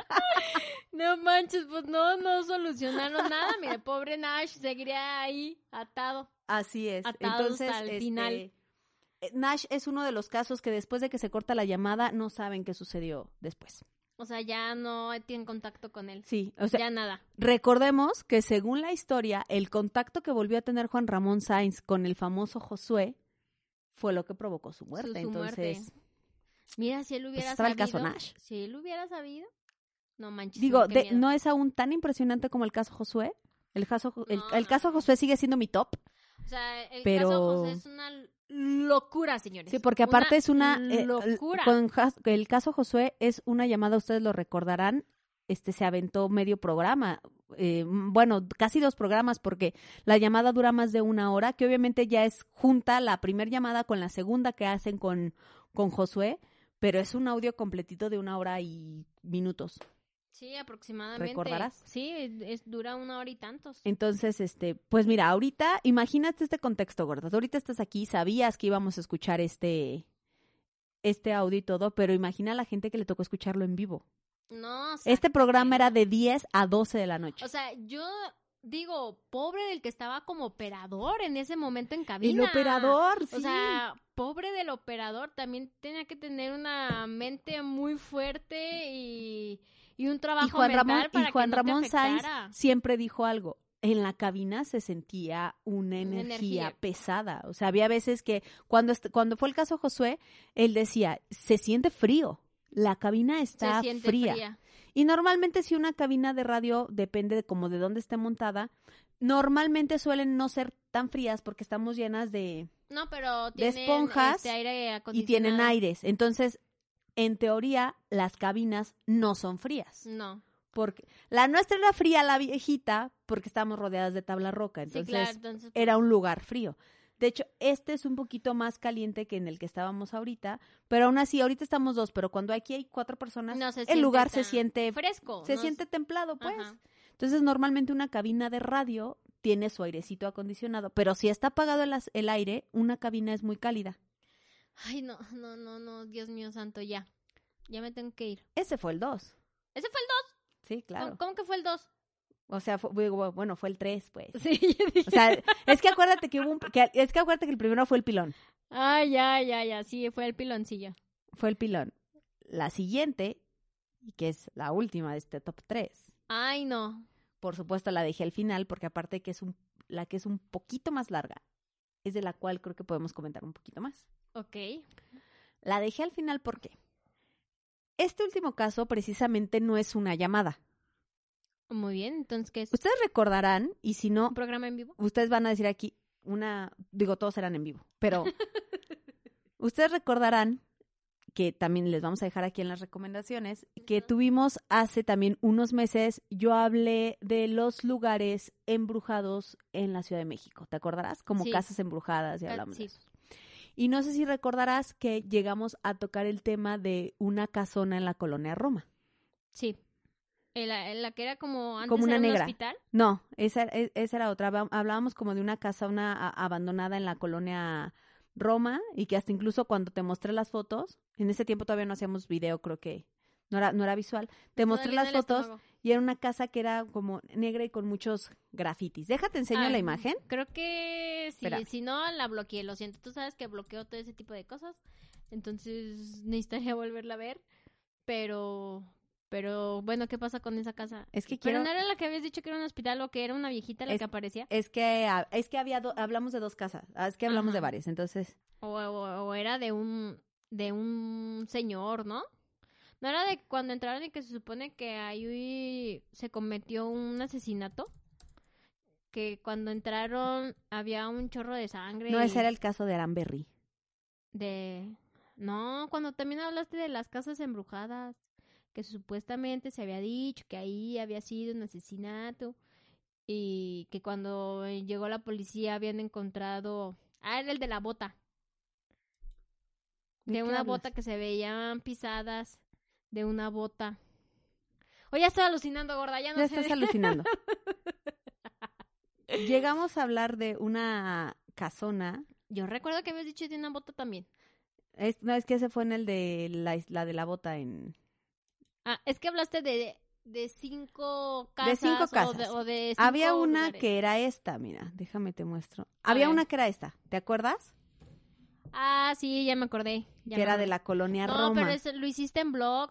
No manches, pues no, no solucionaron nada. Mire, pobre Nash seguiría ahí atado. Así es. Atados Entonces, hasta el este, final. eh, Nash es uno de los casos que después de que se corta la llamada no saben qué sucedió después. O sea, ya no tienen contacto con él. Sí, o sea, Ya nada. recordemos que según la historia, el contacto que volvió a tener Juan Ramón Sáenz con el famoso Josué fue lo que provocó su muerte. Su- su muerte. Entonces, Mira, si él hubiera estaba el sabido. caso Nash. Si él hubiera sabido. No manches. digo, qué de- miedo. ¿no es aún tan impresionante como el caso Josué? El caso, el, No, el no, caso no. Josué sigue siendo mi top. O sea, el pero- caso José es una locura, señores. Sí, porque aparte es una... eh, locura. con Jas- el caso Josué es una llamada, ustedes lo recordarán, este se aventó medio programa, eh, bueno, casi dos programas, porque la llamada dura más de una hora, que obviamente ya es junta la primera llamada con la segunda que hacen con, con Josué, pero es un audio completito de una hora y minutos. Sí, aproximadamente. ¿Recordarás? Sí, es, dura una hora y tantos. Entonces, este, pues mira, ahorita, imagínate este contexto, gordas. Ahorita estás aquí, sabías que íbamos a escuchar este, este audio y todo, pero imagina a la gente que le tocó escucharlo en vivo. No, o sea, Este programa era de diez a doce de la noche. O sea, yo digo, pobre del que estaba como operador en ese momento en cabina. El operador, sí. O sea, pobre del operador, también tenía que tener una mente muy fuerte y, y un trabajo y Juan mental Ramón, para y Juan que no te Ramón Sáenz afectara. siempre dijo algo. En la cabina se sentía una Una energía, energía. pesada. O sea, había veces que cuando, est- cuando fue el caso Josué, él decía, se siente frío. La cabina está Se siente fría. fría. Y normalmente si una cabina de radio, depende de como de dónde esté montada, normalmente suelen no ser tan frías porque estamos llenas de, No, pero de tienen esponjas este aire y acondicionado. tienen aires. Entonces, en teoría, las cabinas no son frías. No. Porque la nuestra era fría, la viejita, porque estábamos rodeadas de tabla roca. Entonces, sí, claro, entonces pues, era un lugar frío. De hecho, este es un poquito más caliente que en el que estábamos ahorita, pero aún así, ahorita estamos dos, pero cuando aquí hay cuatro personas, no se el siente lugar se tan siente fresco. se no siente templado, pues. Ajá. Entonces, normalmente una cabina de radio tiene su airecito acondicionado, pero si está apagado el, as- el aire, una cabina es muy cálida. Ay, no, no, no, no, Dios mío santo, ya. Ya me tengo que ir. Ese fue el dos. ¿Ese fue el dos? Sí, claro. ¿Cómo, cómo que fue el dos? O sea, fue- bueno, fue el tres, pues. Sí, yo dije. O sea, es que acuérdate que hubo un, que, es que acuérdate que el primero fue el pilón. Ah, ya, ya, ya, sí, fue el piloncillo. Fue el pilón. La siguiente, y que es la última de este top tres, Ay, no. por supuesto la dejé al final, porque aparte que es un, la que es un poquito más larga, es de la cual creo que podemos comentar un poquito más. Ok. La dejé al final porque este último caso precisamente no es una llamada. Muy bien, entonces, ¿qué es? Ustedes recordarán, y si no, ¿Un programa en vivo? ustedes van a decir aquí una, digo, todos serán en vivo, pero ustedes recordarán que también les vamos a dejar aquí en las recomendaciones, que tuvimos hace también unos meses, yo hablé de los lugares embrujados en la Ciudad de México, ¿te acordarás? Como Sí. casas embrujadas y Ah, hablamos sí. de eso. Y no sé si recordarás que llegamos a tocar el tema de una casona en la colonia Roma. Sí. En la, en la que era como antes Como una era un negra. hospital. No, esa, e- esa era otra. Habla- Hablábamos como de una casa una a- abandonada en la colonia Roma y que hasta incluso cuando te mostré las fotos, en ese tiempo todavía no hacíamos video, creo que no era, no era visual, te mostré Todavía las en el fotos estómago. y era una casa que era como negra y con muchos grafitis. Déjate enseño Ah, la imagen. Creo que sí, Espera. si no la bloqueé, lo siento. Tú sabes que bloqueo todo ese tipo de cosas, entonces necesitaría volverla a ver, pero pero bueno, ¿qué pasa con esa casa? Es que Pero quiero- no era la que habías dicho que era un hospital o que era una viejita la Es- que aparecía, Es que ah, es que había do- hablamos de dos casas, ah, es que hablamos de Ajá. varias, entonces o, o- o era de un de un señor, ¿no? No era de cuando entraron y que se supone que ahí se cometió un asesinato, que cuando entraron había un chorro de sangre. no, y- ese era el caso de Aranberry. De... No, cuando también hablaste de las casas embrujadas, que supuestamente se había dicho que ahí había sido un asesinato y que cuando llegó la policía habían encontrado... Ah, era el de la bota. ¿De De qué una hablas? bota que se veían pisadas de una bota. Oye, ya estoy alucinando, gorda, ya no Ya sé. estás alucinando. Llegamos a hablar de una casona. Yo recuerdo que habías dicho de una bota también. Es, no, es que ese fue en el de la isla de la bota en... Ah, es que hablaste de, de cinco casas. De cinco o casas. de- o de Había cinco una lugares. que era esta, mira, déjame te muestro. A Había ver. una que era esta, ¿te acuerdas? Ah, sí, ya me acordé. ya que me era de acordé. la colonia No, Roma. pero eso lo hiciste en blog.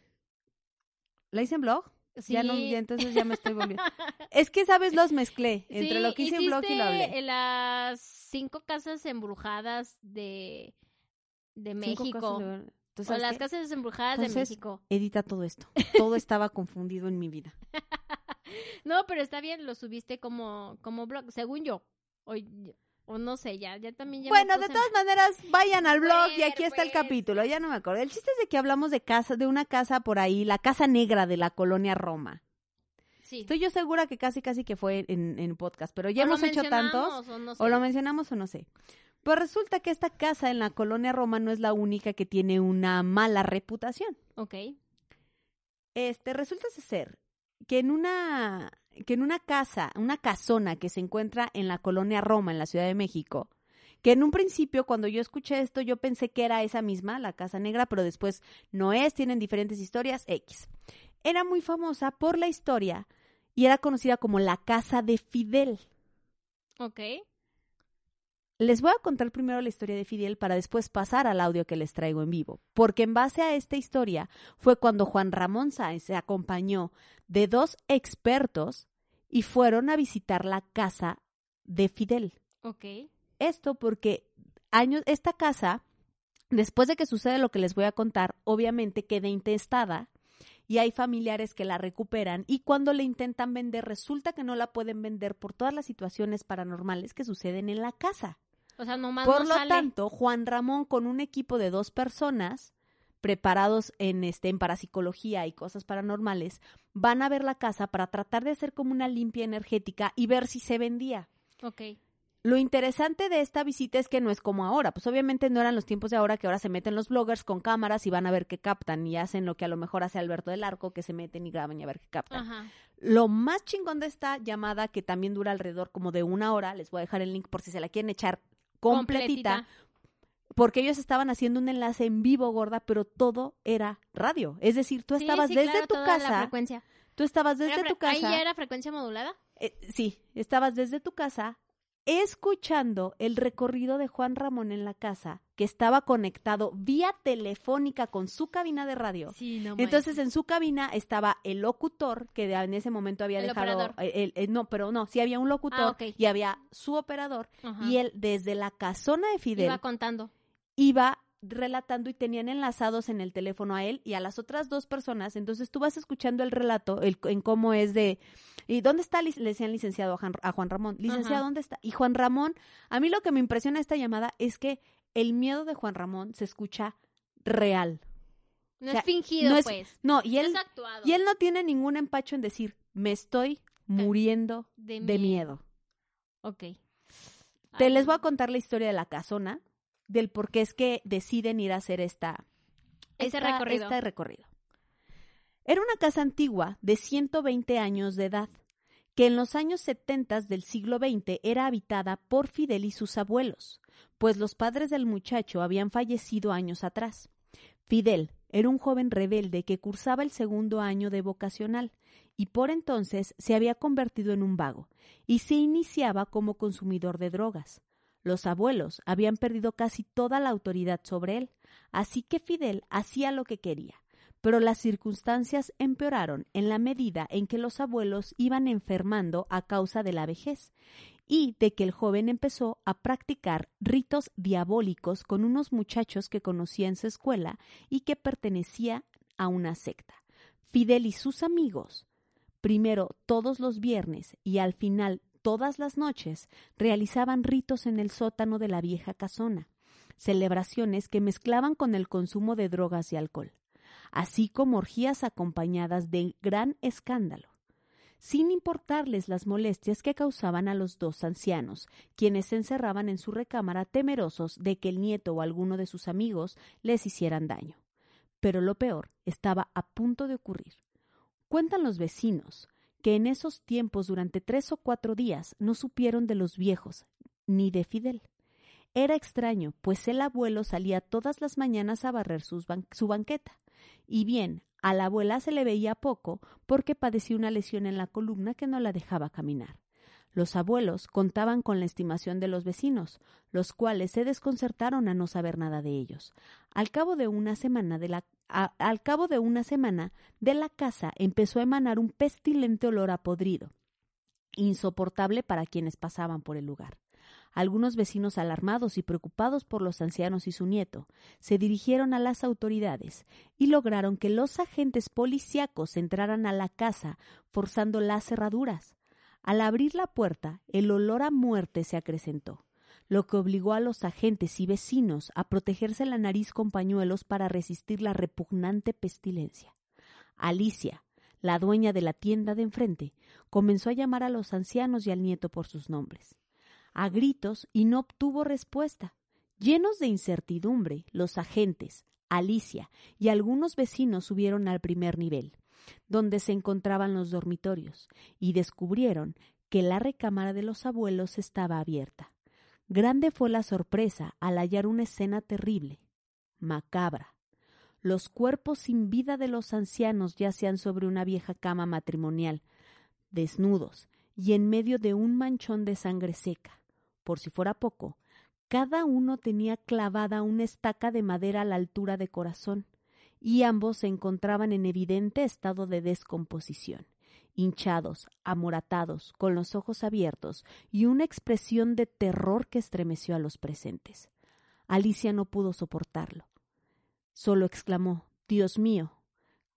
¿La hice en blog? Sí. Ya no, ya entonces ya me estoy volviendo. Es que, ¿sabes? Los mezclé entre Sí, lo que hice en blog y lo hiciste hablé. las cinco casas embrujadas de, de Cinco México. cosas de- ¿Tú O sabes las qué? casas embrujadas Entonces, de México. Edita todo esto. Todo estaba confundido en mi vida. No, pero está bien, lo subiste como, como blog, según yo. O, o no sé, ya, ya también ya me Bueno, de puse todas maneras, vayan al blog y Bueno, aquí está el pues. capítulo. Ya no me acuerdo. El chiste es de que hablamos de casa, de una casa por ahí, la casa negra de la colonia Roma. Sí. Estoy yo segura que casi, casi que fue en, en podcast, pero ya O lo hemos hecho tantos. mencionamos, O, no sé. O lo mencionamos o no sé. Pues resulta que esta casa en la colonia Roma no es la única que tiene una mala reputación. Ok. Este, resulta ser que en una, que en una casa, una casona que se encuentra en la colonia Roma, en la Ciudad de México, que en un principio, cuando yo escuché esto, yo pensé que era esa misma, la Casa Negra, pero después no es, tienen diferentes historias, X. Era muy famosa por la historia y era conocida como la Casa de Fidel. Ok. Les voy a contar primero la historia de Fidel para después pasar al audio que les traigo en vivo, porque en base a esta historia fue cuando Juan Ramón Sáenz se acompañó de dos expertos y fueron a visitar la casa de Fidel. Ok. Esto porque años, esta casa, después de que sucede lo que les voy a contar, obviamente queda intestada y hay familiares que la recuperan y cuando le intentan vender resulta que no la pueden vender por todas las situaciones paranormales que suceden en la casa. O sea, nomás Por no lo sale. tanto, Juan Ramón con un equipo de dos personas preparados en este en parapsicología y cosas paranormales, van a ver la casa para tratar de hacer como una limpia energética y ver si se vendía. Ok. Lo interesante de esta visita es que no es como ahora, pues obviamente no eran los tiempos de ahora que ahora se meten los bloggers con cámaras y van a ver qué captan y hacen lo que a lo mejor hace Alberto del Arco, que se meten y graban y a ver qué captan. Ajá. Lo más chingón de esta llamada, que también dura alrededor como de una hora, les voy a dejar el link por si se la quieren echar completita, Completita. porque ellos estaban haciendo un enlace en vivo, gorda, pero todo era radio. Es decir, tú Sí, estabas sí, desde claro, tu toda la casa, frecuencia. tú estabas desde Era fre- tu casa. ¿Ahí ya era frecuencia modulada? Eh, sí, estabas desde tu casa escuchando el recorrido de Juan Ramón en la casa, que estaba conectado vía telefónica con su cabina de radio. Sí, no Entonces, en su cabina estaba el locutor, que de- en ese momento había El dejado... operador. el- el- el- no, pero no, sí había un locutor Ah, ok. y había su operador, Ajá. y él desde la casona de Fidel Iba contando. iba relatando y tenían enlazados en el teléfono a él y a las otras dos personas. Entonces tú vas escuchando el relato el, en cómo es de... ¿Y dónde está? lic- Le decían licenciado a Juan, a Juan Ramón. Licenciado, Ajá. ¿dónde está? Y Juan Ramón, a mí lo que me impresiona de esta llamada es que el miedo de Juan Ramón se escucha real. No O sea, es fingido, no es- pues. No, y él, es actuado. y él no tiene ningún empacho en decir, me estoy muriendo De de miedo. miedo. Ok. Te Ay, les voy a no. contar la historia de la casona, del por qué es que deciden ir a hacer esta, Ese esta- recorrido. este recorrido. Era una casa antigua de ciento veinte años de edad, que en los años setenta del siglo veinte era habitada por Fidel y sus abuelos, pues los padres del muchacho habían fallecido años atrás. Fidel era un joven rebelde que cursaba el segundo año de vocacional y por entonces se había convertido en un vago y se iniciaba como consumidor de drogas. Los abuelos habían perdido casi toda la autoridad sobre él, así que Fidel hacía lo que quería. Pero las circunstancias empeoraron en la medida en que los abuelos iban enfermando a causa de la vejez y de que el joven empezó a practicar ritos diabólicos con unos muchachos que conocía en su escuela y que pertenecía a una secta. Fidel y sus amigos, primero todos los viernes y al final todas las noches, realizaban ritos en el sótano de la vieja casona, celebraciones que mezclaban con el consumo de drogas y alcohol, así como orgías acompañadas de gran escándalo, sin importarles las molestias que causaban a los dos ancianos, quienes se encerraban en su recámara temerosos de que el nieto o alguno de sus amigos les hicieran daño. Pero lo peor estaba a punto de ocurrir. Cuentan los vecinos que en esos tiempos durante tres o cuatro días no supieron de los viejos, ni de Fidel. Era extraño, pues el abuelo salía todas las mañanas a barrer sus ban- su banqueta. Y bien, a la abuela se le veía poco porque padecía una lesión en la columna que no la dejaba caminar. Los abuelos contaban con la estimación de los vecinos, los cuales se desconcertaron a no saber nada de ellos. Al cabo de una semana de la a, al cabo de una semana de la casa empezó a emanar un pestilente olor a podrido, insoportable para quienes pasaban por el lugar. Algunos vecinos alarmados y preocupados por los ancianos y su nieto se dirigieron a las autoridades y lograron que los agentes policíacos entraran a la casa forzando las cerraduras. Al abrir la puerta, el olor a muerte se acrecentó, lo que obligó a los agentes y vecinos a protegerse la nariz con pañuelos para resistir la repugnante pestilencia. Alicia, la dueña de la tienda de enfrente, comenzó a llamar a los ancianos y al nieto por sus nombres, a gritos, y no obtuvo respuesta. Llenos de incertidumbre, los agentes, Alicia y algunos vecinos subieron al primer nivel, donde se encontraban los dormitorios, y descubrieron que la recámara de los abuelos estaba abierta. Grande fue la sorpresa al hallar una escena terrible, macabra. Los cuerpos sin vida de los ancianos yacían sobre una vieja cama matrimonial, desnudos y en medio de un manchón de sangre seca. Por si fuera poco, cada uno tenía clavada una estaca de madera a la altura de corazón, y ambos se encontraban en evidente estado de descomposición, hinchados, amoratados, con los ojos abiertos y una expresión de terror que estremeció a los presentes. Alicia no pudo soportarlo. Solo exclamó: «Dios mío,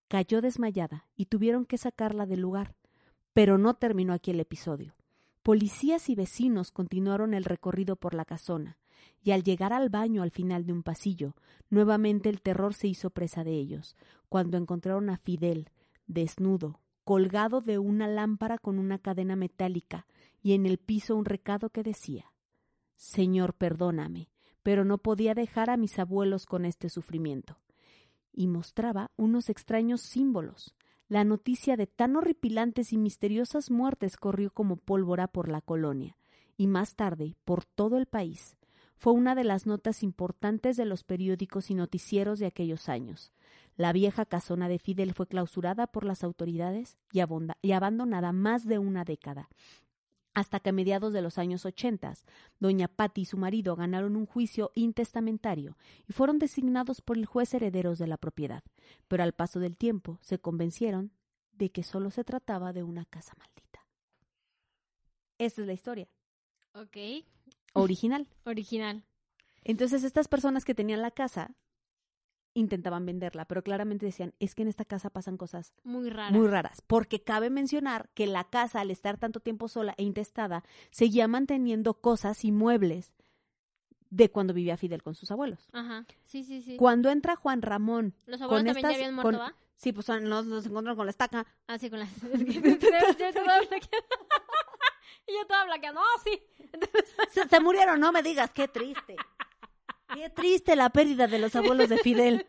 cayó desmayada y tuvieron que sacarla del lugar. Pero no terminó aquí el episodio. Policías y vecinos continuaron el recorrido por la casona, y al llegar al baño al final de un pasillo, nuevamente el terror se hizo presa de ellos, cuando encontraron a Fidel, desnudo, colgado de una lámpara con una cadena metálica, y en el piso un recado que decía: Señor, perdóname, pero no podía dejar a mis abuelos con este sufrimiento. Y mostraba unos extraños símbolos. La noticia de tan horripilantes y misteriosas muertes corrió como pólvora por la colonia, y más tarde por todo el país. Fue una de las notas importantes de los periódicos y noticieros de aquellos años. La vieja casona de Fidel fue clausurada por las autoridades y, abonda- y abandonada más de una década, hasta que a mediados de los años ochenta, doña Patti y su marido ganaron un juicio intestamentario y fueron designados por el juez herederos de la propiedad, pero al paso del tiempo se convencieron de que solo se trataba de una casa maldita. Esa es la historia. Ok. Original. Original. Entonces estas personas que tenían la casa intentaban venderla, pero claramente decían, es que en esta casa pasan cosas Muy raras. muy raras, porque cabe mencionar que la casa, al estar tanto tiempo sola e intestada, seguía manteniendo cosas y muebles de cuando vivía Fidel con sus abuelos. Ajá, sí, sí, sí. Cuando entra Juan Ramón ¿Los abuelos con también estas, ya habían muerto, con- va? Sí, pues los, los encontraron con la estaca. Ah, sí, con las... es que- yo toda blanqueada. Y yo toda blanqueada. No, sí. Se, se murieron, no me digas, qué triste. Qué triste la pérdida de los abuelos de Fidel.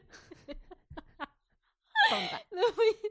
Tonta. No,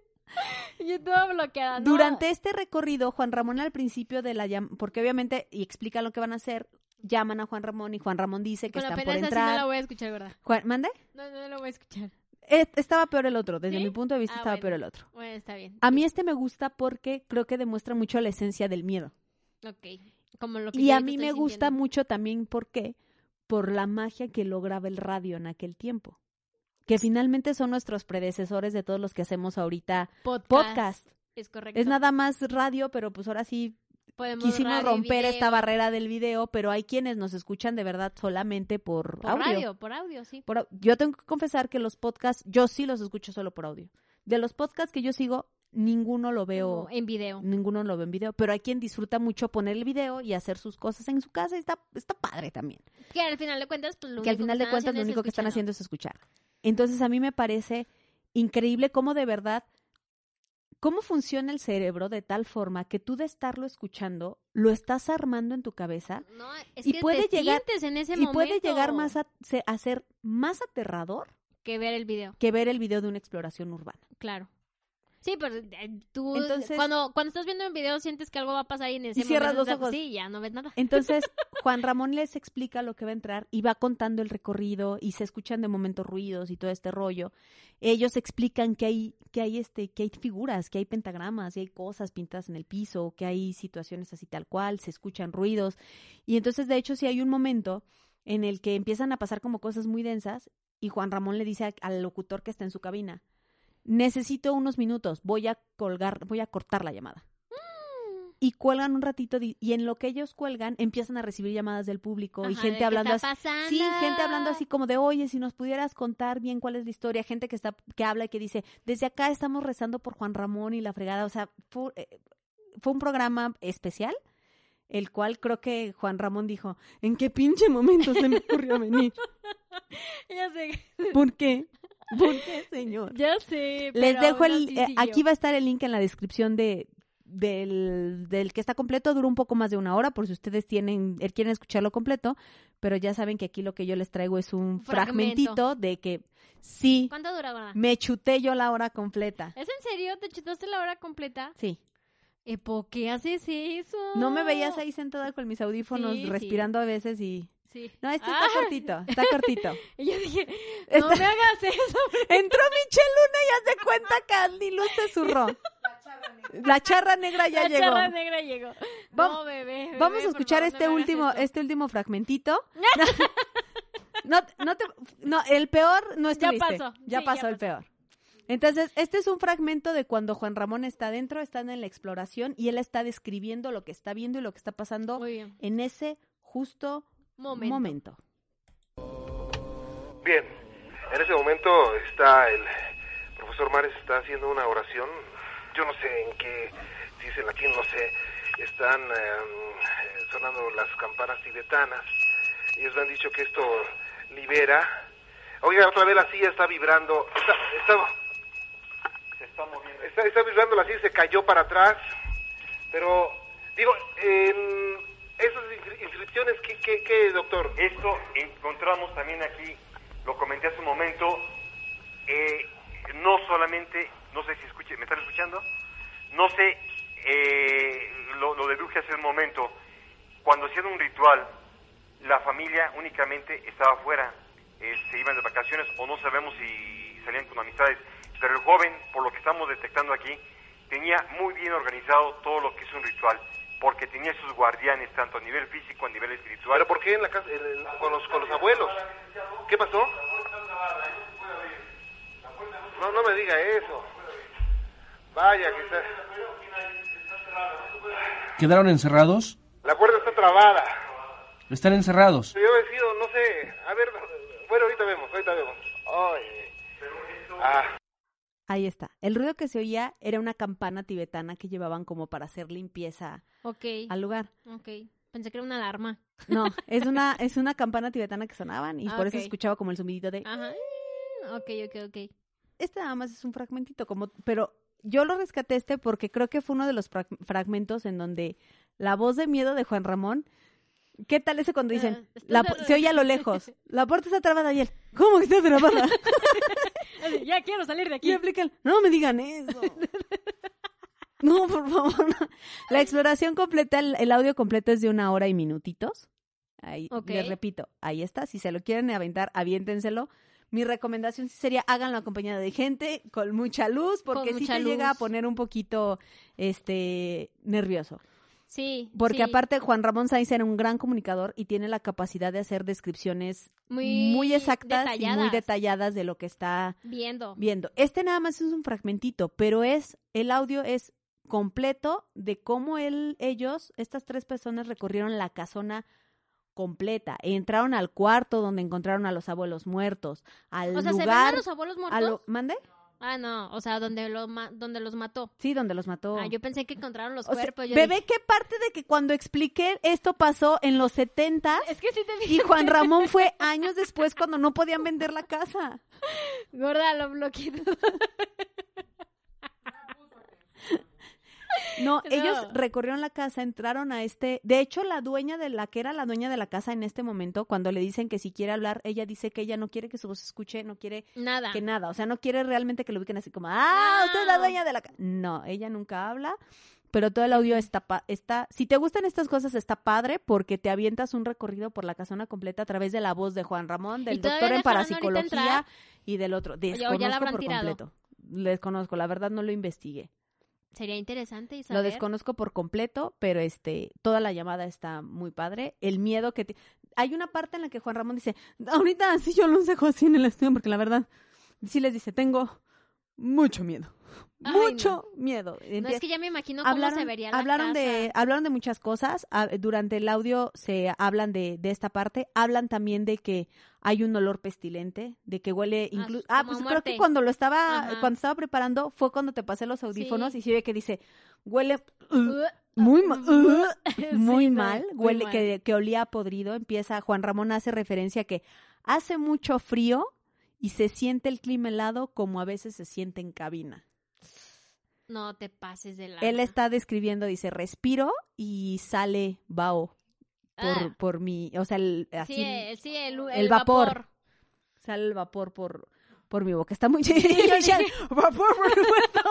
y yo toda bloqueada. No. Durante este recorrido, Juan Ramón al principio de la llam- porque obviamente, y explican lo que van a hacer, llaman a Juan Ramón y Juan Ramón dice que Con la están pena por esa sí entrar. no la voy a escuchar, ¿verdad? Juan- ¿Mande? No, no, no la voy a escuchar. Eh, estaba peor el otro, desde ¿Sí? mi punto de vista Ah, estaba bueno. peor el otro. Bueno, está bien. A mí este me gusta porque creo que demuestra mucho la esencia del miedo. Ok. Como lo que Y yo a ahorita mí estoy me gusta sintiendo. mucho también, ¿por qué? Por la magia que lograba el radio en aquel tiempo. Que finalmente son nuestros predecesores de todos los que hacemos ahorita Podcast. podcast. Es correcto. Es nada más radio, pero pues ahora sí Podemos quisimos radio y romper video. esta barrera del video, pero hay quienes nos escuchan de verdad solamente por, Por audio. radio, por audio, sí. Por au- yo tengo que confesar que los podcasts, yo sí los escucho solo por audio. De los podcasts que yo sigo, ninguno lo veo Como en video. ninguno lo ve en video, pero hay quien disfruta mucho poner el video y hacer sus cosas en su casa y está, está padre también. Que al final de cuentas, pues lo Que al único final de están cuentas haciendo lo es único que están escuchando. haciendo es escuchar. Entonces a mí me parece increíble cómo de verdad, cómo funciona el cerebro de tal forma que tú de estarlo escuchando, lo estás armando en tu cabeza No, es y que puede te llegar sientes en ese y momento puede llegar más a, se- a ser más aterrador que ver el video. que ver el video de una exploración urbana. Claro. Sí, pero eh, tú Entonces- cuando cuando estás viendo un video sientes que algo va a pasar y en ese Y cierras momento los estás- ojos. Sí, ya no ves nada. Entonces, Juan Ramón les explica lo que va a entrar y va contando el recorrido y se escuchan de momento ruidos y todo este rollo. Ellos explican que hay que hay este que hay figuras, que hay pentagramas, y hay cosas pintadas en el piso, que hay situaciones así tal cual, se escuchan ruidos. Y entonces, de hecho, sí hay un momento en el que empiezan a pasar como cosas muy densas y Juan Ramón le dice a- al locutor que está en su cabina: necesito unos minutos, voy a colgar, voy a cortar la llamada. Y cuelgan un ratito di- y en lo que ellos cuelgan empiezan a recibir llamadas del público y Ajá, gente de, ¿qué hablando está así. pasando? Sí, gente hablando así como de, oye, si nos pudieras contar bien cuál es la historia, gente que está que habla y que dice, desde acá estamos rezando por Juan Ramón y la fregada, o sea, fue, eh, fue un programa especial, el cual creo que Juan Ramón dijo, ¿en qué pinche momento se me ocurrió venir? Ya sé. ¿Por qué? ¿Por qué, señor? Ya sé. Les pero dejo aún el, así eh, siguió. aquí va a estar el link en la descripción de del, del que está completo, dura un poco más de una hora por si ustedes tienen eh, quieren escucharlo completo, pero ya saben que aquí lo que yo les traigo es un Fragmento. fragmentito de que sí, ¿Cuánto dura, gorda? me chuté yo la hora completa. ¿Es en serio? ¿Te chutaste la hora completa? Sí. Eh, ¿Por qué haces eso? No me veías ahí sentada con mis audífonos Sí, sí. respirando a veces y Sí. no, este Ah. está cortito, está cortito. Y yo dije, no Está- me hagas eso. Entró Michelle Luna y haz de cuenta que Andy Luz se zurró. La charra negra ya La llegó. charra negra llegó. Va- No, bebé, bebé, Vamos a por escuchar favor, no este me hagas último, esto. este último fragmentito. No, no, te, no, el peor no Ya estuviste. pasó, Ya sí, pasó ya el pasó. peor. Entonces, este es un fragmento de cuando Juan Ramón está adentro, están en la exploración y él está describiendo lo que está viendo y lo que está pasando Muy bien. en ese justo Momento. momento. Bien, en ese momento está el profesor Pastor Mares está haciendo una oración. Yo no sé en qué, si es en latín, no sé. Están eh, sonando las campanas tibetanas. Ellos me han dicho que esto libera. Oiga, otra vez la silla está vibrando. Está, está, Se está moviendo. Está, está vibrando la silla, se cayó para atrás. Pero, digo, en esas inscripciones, ¿qué, qué, qué, doctor? Esto encontramos también aquí, lo comenté hace un momento, eh, no solamente, no sé si escuche, ¿me están escuchando? No sé, eh, lo, lo deduje hace un momento, cuando hacían un ritual, la familia únicamente estaba afuera, eh, se iban de vacaciones o no sabemos si salían con amistades, pero el joven, por lo que estamos detectando aquí, tenía muy bien organizado todo lo que es un ritual, porque tenía sus guardianes, tanto a nivel físico, a nivel espiritual. ¿Pero por qué en la casa, en, en, con, los, con los abuelos? ¿Qué pasó? No, no me diga eso. Vaya, que está... ¿Quedaron encerrados? La puerta está trabada. ¿Están encerrados? Yo he sido, no sé, a ver, bueno, ahorita vemos, ahorita vemos. Ay, ah. Ahí está. El ruido que se oía era una campana tibetana que llevaban como para hacer limpieza okay. al lugar. Ok, pensé que era una alarma. No, es una es una campana tibetana que sonaban y ah, por okay. eso se escuchaba como el zumbidito de... Ajá, ok, ok, ok. Este nada más es un fragmentito, como, pero yo lo rescaté este porque creo que fue uno de los fra- fragmentos en donde la voz de miedo de Juan Ramón... ¿Qué tal ese cuando dicen, uh, la, se oye a lo lejos, la puerta está trabada y él, ¿cómo que está trabada? Ya quiero salir de aquí. Y aplican, no me digan eso. No, por favor. No. La exploración completa, el, el audio completo es de una hora y minutitos. Ahí, okay. Les repito, ahí está. Si se lo quieren aventar, aviéntenselo. Mi recomendación sí sería, háganlo acompañado de gente, con mucha luz, porque sí te luz. llega a poner un poquito este nervioso. Sí, porque sí. aparte Juan Ramón Sáenz era un gran comunicador y tiene la capacidad de hacer descripciones muy, muy exactas detalladas. y muy detalladas de lo que está viendo. viendo. Este nada más es un fragmentito, pero es el audio es completo de cómo él, ellos, estas tres personas recorrieron la casona completa. Entraron al cuarto donde encontraron a los abuelos muertos, al o sea, lugar. ¿se ven a los abuelos muertos? A lo, ¿Mande? Ah, no, o sea, donde, lo ma- donde los mató. Sí, donde los mató. Ah, yo pensé que encontraron los o cuerpos. Sea, yo bebé, dije... ¿qué parte de que cuando expliqué esto pasó en los setentas? Es que sí te Y Juan Ramón fue años después cuando no podían vender la casa. Gorda, lo bloqueé. No, no, ellos recorrieron la casa, entraron a este... De hecho, la dueña de la... que era la dueña de la casa en este momento, cuando le dicen que si quiere hablar, ella dice que ella no quiere que su voz se escuche, no quiere... Nada. Que nada, o sea, no quiere realmente que lo ubiquen así como, ¡ah, usted es la dueña de la casa! No, ella nunca habla, pero todo el audio está... Pa- está si te gustan estas cosas, está padre, porque te avientas un recorrido por la casona completa a través de la voz de Juan Ramón, del doctor en parapsicología y del otro. Desconozco ya la habrán por tirado. completo. Desconozco, la verdad no lo investigué. Sería interesante y saber. Lo desconozco por completo, pero este, toda la llamada está muy padre. El miedo que... Te... Hay una parte en la que Juan Ramón dice, ahorita sí yo los dejo así en el estudio, porque la verdad, sí les dice, tengo mucho miedo. Ay, mucho no. miedo. Empie- no, es que ya me imagino cómo hablaron, se vería la hablaron casa. De, hablaron de muchas cosas. Durante el audio se hablan de, de esta parte. Hablan también de que hay un olor pestilente, de que huele incluso... Ah, ah pues creo que cuando lo estaba, Ajá. cuando estaba preparando fue cuando te pasé los audífonos sí. y sí ve que dice, huele uh, uh, muy, uh, muy sí, mal, muy huele mal. Que, que olía podrido. Empieza, Juan Ramón hace referencia a que hace mucho frío y se siente el clima helado como a veces se siente en cabina. No te pases de la... Él está describiendo, dice, respiro y sale vaho por, ah. por mi, o sea, el, así, sí, el, sí, el, el, el vapor. vapor. Sale el vapor por, por mi boca. Está muy... Sí, vapor por supuesto.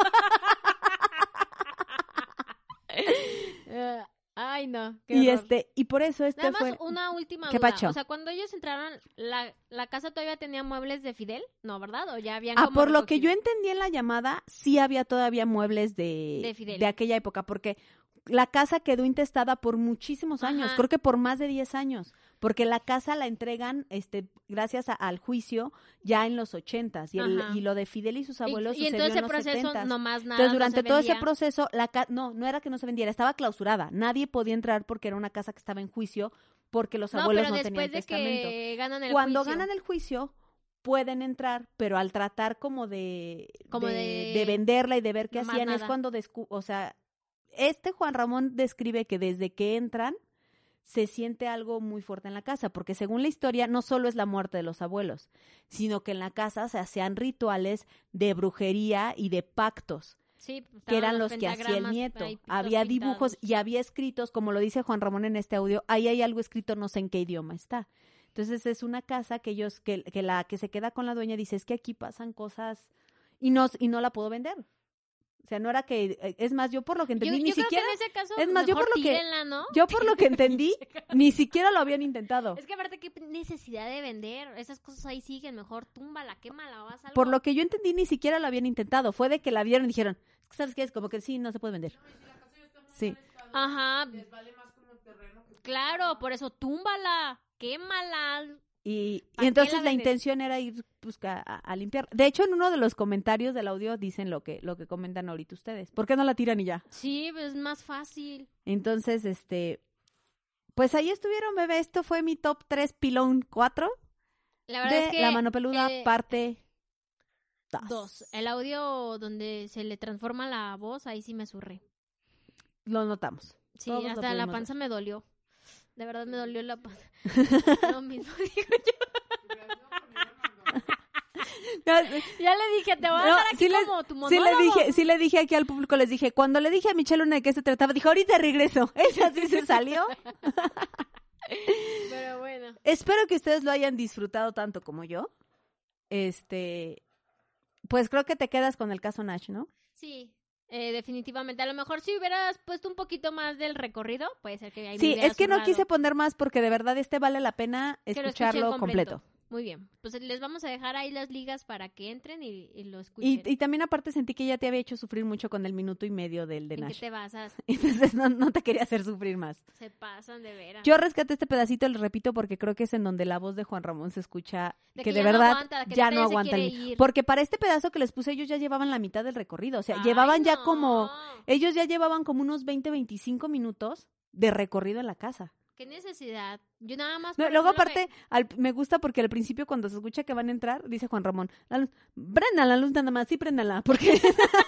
uh, ay, no. Qué y horror. este, y por eso este Nada fue... más una última ¿Qué duda. pacho? O sea, cuando ellos entraron, la, la casa todavía tenía muebles de Fidel, ¿no, verdad? O ya habían Ah, como por lo recogido? que yo entendí en la llamada, sí había todavía muebles de, de, Fidel. de aquella época, porque la casa quedó intestada por muchísimos años, Ajá. creo que por más de diez años, porque la casa la entregan este gracias a, al juicio ya en los ochentas, y, el, y lo de Fidel y sus abuelos y, y sucedió entonces en los proceso setentas. nomás nada Entonces, durante no se todo vendía. ese proceso, la ca- no, no era que no se vendiera, estaba clausurada, nadie podía entrar porque era una casa que estaba en juicio, porque los no, abuelos pero no tenían después de testamento. Que ganan el Cuando juicio. ganan el juicio, pueden entrar, pero al tratar como de, Como de, de- de venderla y de ver qué no más hacían, es nada. cuando, descu- o sea, este Juan Ramón describe que desde que entran, se siente algo muy fuerte en la casa, porque según la historia, no solo es la muerte de los abuelos, sino que en la casa se hacían rituales de brujería y de pactos, Sí, que estaban eran los que hacía el pentagramas nieto. ahí Había pintados. dibujos y había escritos, como lo dice Juan Ramón en este audio, ahí hay algo escrito, no sé en qué idioma está. Entonces es una casa que ellos, que, que la que se queda con la dueña dice, es que aquí pasan cosas y no, y no la puedo vender. O sea, no era que, es más, yo por lo que Yo, entendí, yo ni creo siquiera, que en ese caso, es más, yo mejor por lo que, tírenla, ¿no? yo por lo que entendí, ni siquiera lo habían intentado. Es que aparte, ¿qué necesidad de vender? Esas cosas ahí siguen, mejor túmbala, quémala o haz algo. Por lo que yo entendí, ni siquiera lo habían intentado. Fue de que la vieron y dijeron, ¿sabes qué? Es como que sí, no se puede vender. Sí. Ajá. Claro, por eso túmbala, quémala. Y, ¿Pa' y qué entonces la la, vendes? intención era ir pues, a, a limpiar. De hecho, en uno de los comentarios del audio dicen lo que, lo que comentan ahorita ustedes. ¿Por qué no la tiran y ya? Sí, pues es más fácil. Entonces, este, pues ahí estuvieron, bebé. Esto fue mi top tres pilón cuatro La verdad de es que La Mano Peluda, eh, parte dos. dos. El audio donde se le transforma la voz, ahí sí me surré. Lo notamos. Sí, Todos lo hasta la pudimos panza ver. me dolió. De verdad me dolió la panza. Lo mismo digo Ya, Ya le dije, te voy a no, dar aquí sí les- como tu sí monólogo. le dije, sí le dije aquí al público, les dije, cuando le dije a Michelle Luna de qué se trataba, dijo, ahorita regreso. Ella sí se salió. Pero bueno. Espero que ustedes lo hayan disfrutado tanto como yo. Este, pues creo que te quedas con el caso Nash, ¿no? Sí, eh, definitivamente. A lo mejor si hubieras puesto un poquito más del recorrido, puede ser que ahí me Sí, hubiera es que no zurrado. quise poner más porque de verdad este vale la pena Que lo escuchen escucharlo completo. Muy bien. Pues les vamos a dejar ahí las ligas para que entren y, y lo escuchen. Y, y también aparte sentí que ya te había hecho sufrir mucho con el minuto y medio del de ¿En qué Nash. te basas? Entonces no, no te quería hacer sufrir más. Se pasan de veras. Yo rescaté este pedacito, les repito, porque creo que es en donde la voz de Juan Ramón se escucha De que, que de ya no verdad aguanta, que ya neta no ya se aguanta. quiere el- ir. Porque para este pedazo que les puse ellos ya llevaban la mitad del recorrido, o sea, Ay, llevaban ya no. como, ellos ya llevaban como unos veinte, veinticinco minutos de recorrido en la casa. ¿Qué necesidad? Yo nada más... No, por luego ejemplo, aparte, al- me gusta porque al principio cuando se escucha que van a entrar, dice Juan Ramón, la luz, prendan la luz nada más, sí préndala, porque...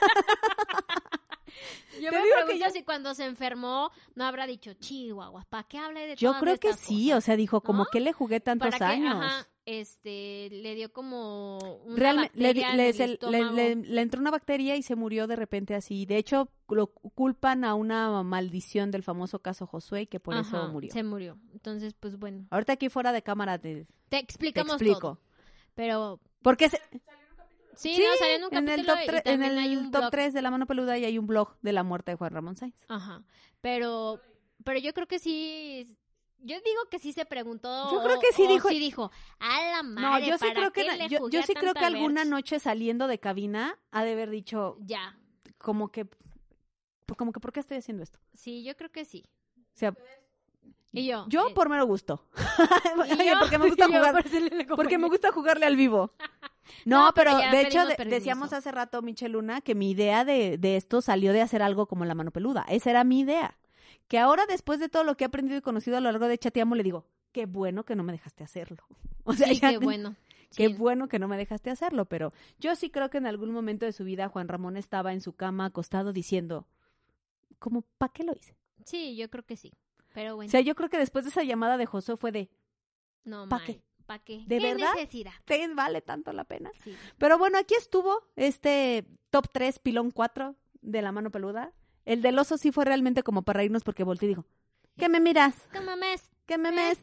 me- Yo te me digo que pregunto ya- si cuando se enfermó no habrá dicho, Chihuahua, ¿para qué hable de Yo todas creo que estas sí, cosas?" o sea, dijo, como ¿No? que le jugué tantos Para que, años. ajá, este, le dio como una Realmente le, bacteria en le- el se- le- estómago. le- le entró una bacteria y se murió de repente así. De hecho, lo culpan a una maldición del famoso caso Josué, que por eso Ajá, murió. se murió. Entonces, pues bueno, Ahorita aquí fuera de cámara te, te te explicamos explico. todo. Pero Porque se- sí, sí, no, salió en un en capítulo el top, y tre- en también hay el un top blog. tres de La Mano Peluda y hay un blog de la muerte de Juan Ramón Sainz. Ajá. Pero pero yo creo que sí yo digo que sí se preguntó. Yo creo que o- sí o dijo- sí dijo, a la No, madre, yo sí ¿para creo que qué na- le yo, jugué yo a sí creo que tanta alguna verge? noche saliendo de cabina ha de haber dicho Ya. como que pues como que ¿por qué estoy haciendo esto? Sí, yo creo que sí. O sea, Y yo. yo eh, por mero gusto. ¿y Oye, yo? porque me gusta Y yo jugar por hacerle la porque compañía. me gusta jugarle al vivo. No, No, pero pero, ya de hecho pedimos de- permiso. decíamos hace rato, Michelle Luna, que mi idea de, de esto salió de hacer algo como La Mano Peluda. Esa era mi idea. Que ahora, después de todo lo que he aprendido y conocido a lo largo de Chateamo, le digo, qué bueno que no me dejaste hacerlo. O sea, Sí, ya- qué bueno. Qué Sí. bueno que no me dejaste hacerlo, pero yo sí creo que en algún momento de su vida Juan Ramón estaba en su cama acostado diciendo, como, ¿para qué lo hice? Sí, yo creo que sí. Pero bueno. O sea, yo creo que después de esa llamada de Josué fue de, no, ¿pa' mal. qué? ¿Para qué? ¿De ¿Qué verdad? necesidad? ¿te vale tanto la pena? Sí. Pero bueno, aquí estuvo este top tres, pilón cuatro de La Mano Peluda. El del oso sí fue realmente como para reírnos porque volteé y dijo, ¿qué me miras? ¿Cómo mes? ¿Qué me mes?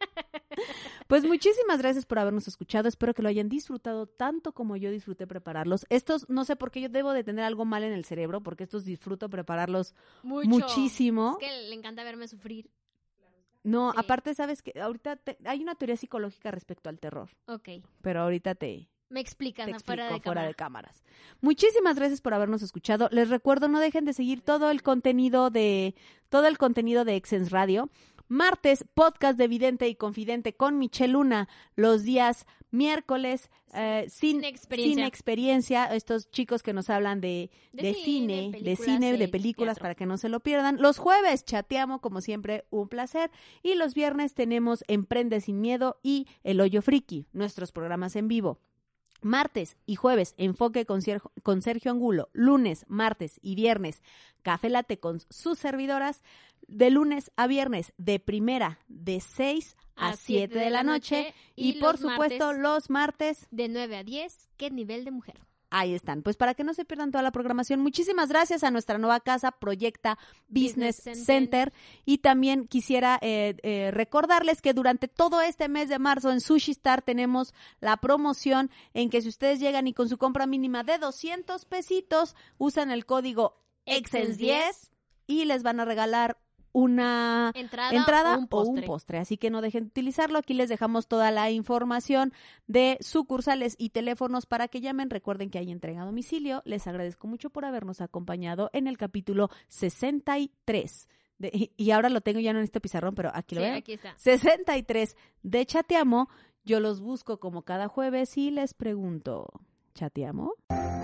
Pues muchísimas gracias por habernos escuchado. Espero que lo hayan disfrutado tanto como yo disfruté prepararlos. Estos, no sé por qué yo debo de tener algo mal en el cerebro, porque estos disfruto prepararlos Mucho. muchísimo. Es que le encanta verme sufrir. No, Sí. aparte, sabes que ahorita te- hay una teoría psicológica respecto al terror, Ok. pero ahorita te, Me explican te afuera explico de fuera cámara. de cámaras. Muchísimas gracias por habernos escuchado. Les recuerdo, no dejen de seguir todo el contenido de todo el contenido de Exens Radio, Martes, podcast de Vidente y Confidente con Michelle Luna. Los días miércoles, eh, sin, sin experiencia. sin experiencia, estos chicos que nos hablan de, de, de cine, de cine, de películas, para que no se lo pierdan. Los jueves, Chateamo, como siempre, un placer. Y los viernes tenemos Emprende Sin Miedo y El Hoyo Friki, nuestros programas en vivo. Martes y jueves, Enfoque con, Sergio, con Sergio Angulo. Lunes, martes y viernes, Café Latte con sus servidoras. De lunes a viernes, de primera, de seis a siete de la noche. Y, y por supuesto, martes, los martes, de nueve a diez, ¿Qué nivel de mujer? Ahí están. Pues para que no se pierdan toda la programación, muchísimas gracias a nuestra nueva casa, Proyecta Business, Business Center. Center. Y también quisiera eh, eh, recordarles que durante todo este mes de marzo en Sushi Star tenemos la promoción en que si ustedes llegan y con su compra mínima de doscientos pesitos, usan el código Exens diez y les van a regalar una entrada, entrada o, un o un postre, así que no dejen de utilizarlo. Aquí les dejamos toda la información de sucursales y teléfonos para que llamen. Recuerden que hay entrega a domicilio. Les agradezco mucho por habernos acompañado en el capítulo sesenta y tres. De, y ahora lo tengo ya no en este pizarrón, pero aquí lo sí, ven. Aquí está. sesenta y tres de Chateamo. Yo los busco como cada jueves y les pregunto, ¿chateamo?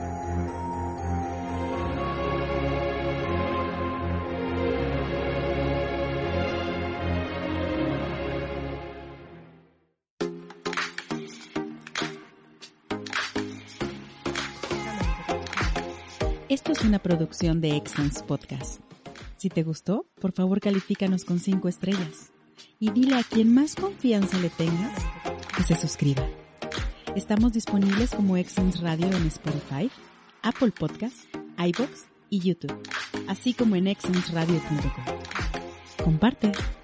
Esto es una producción de Exens Podcast. Si te gustó, por favor califícanos con cinco estrellas. Y dile a quien más confianza le tengas que se suscriba. Estamos disponibles como Exens Radio en Spotify, Apple Podcasts, iVoox y YouTube, así como en exens radio punto com. Comparte.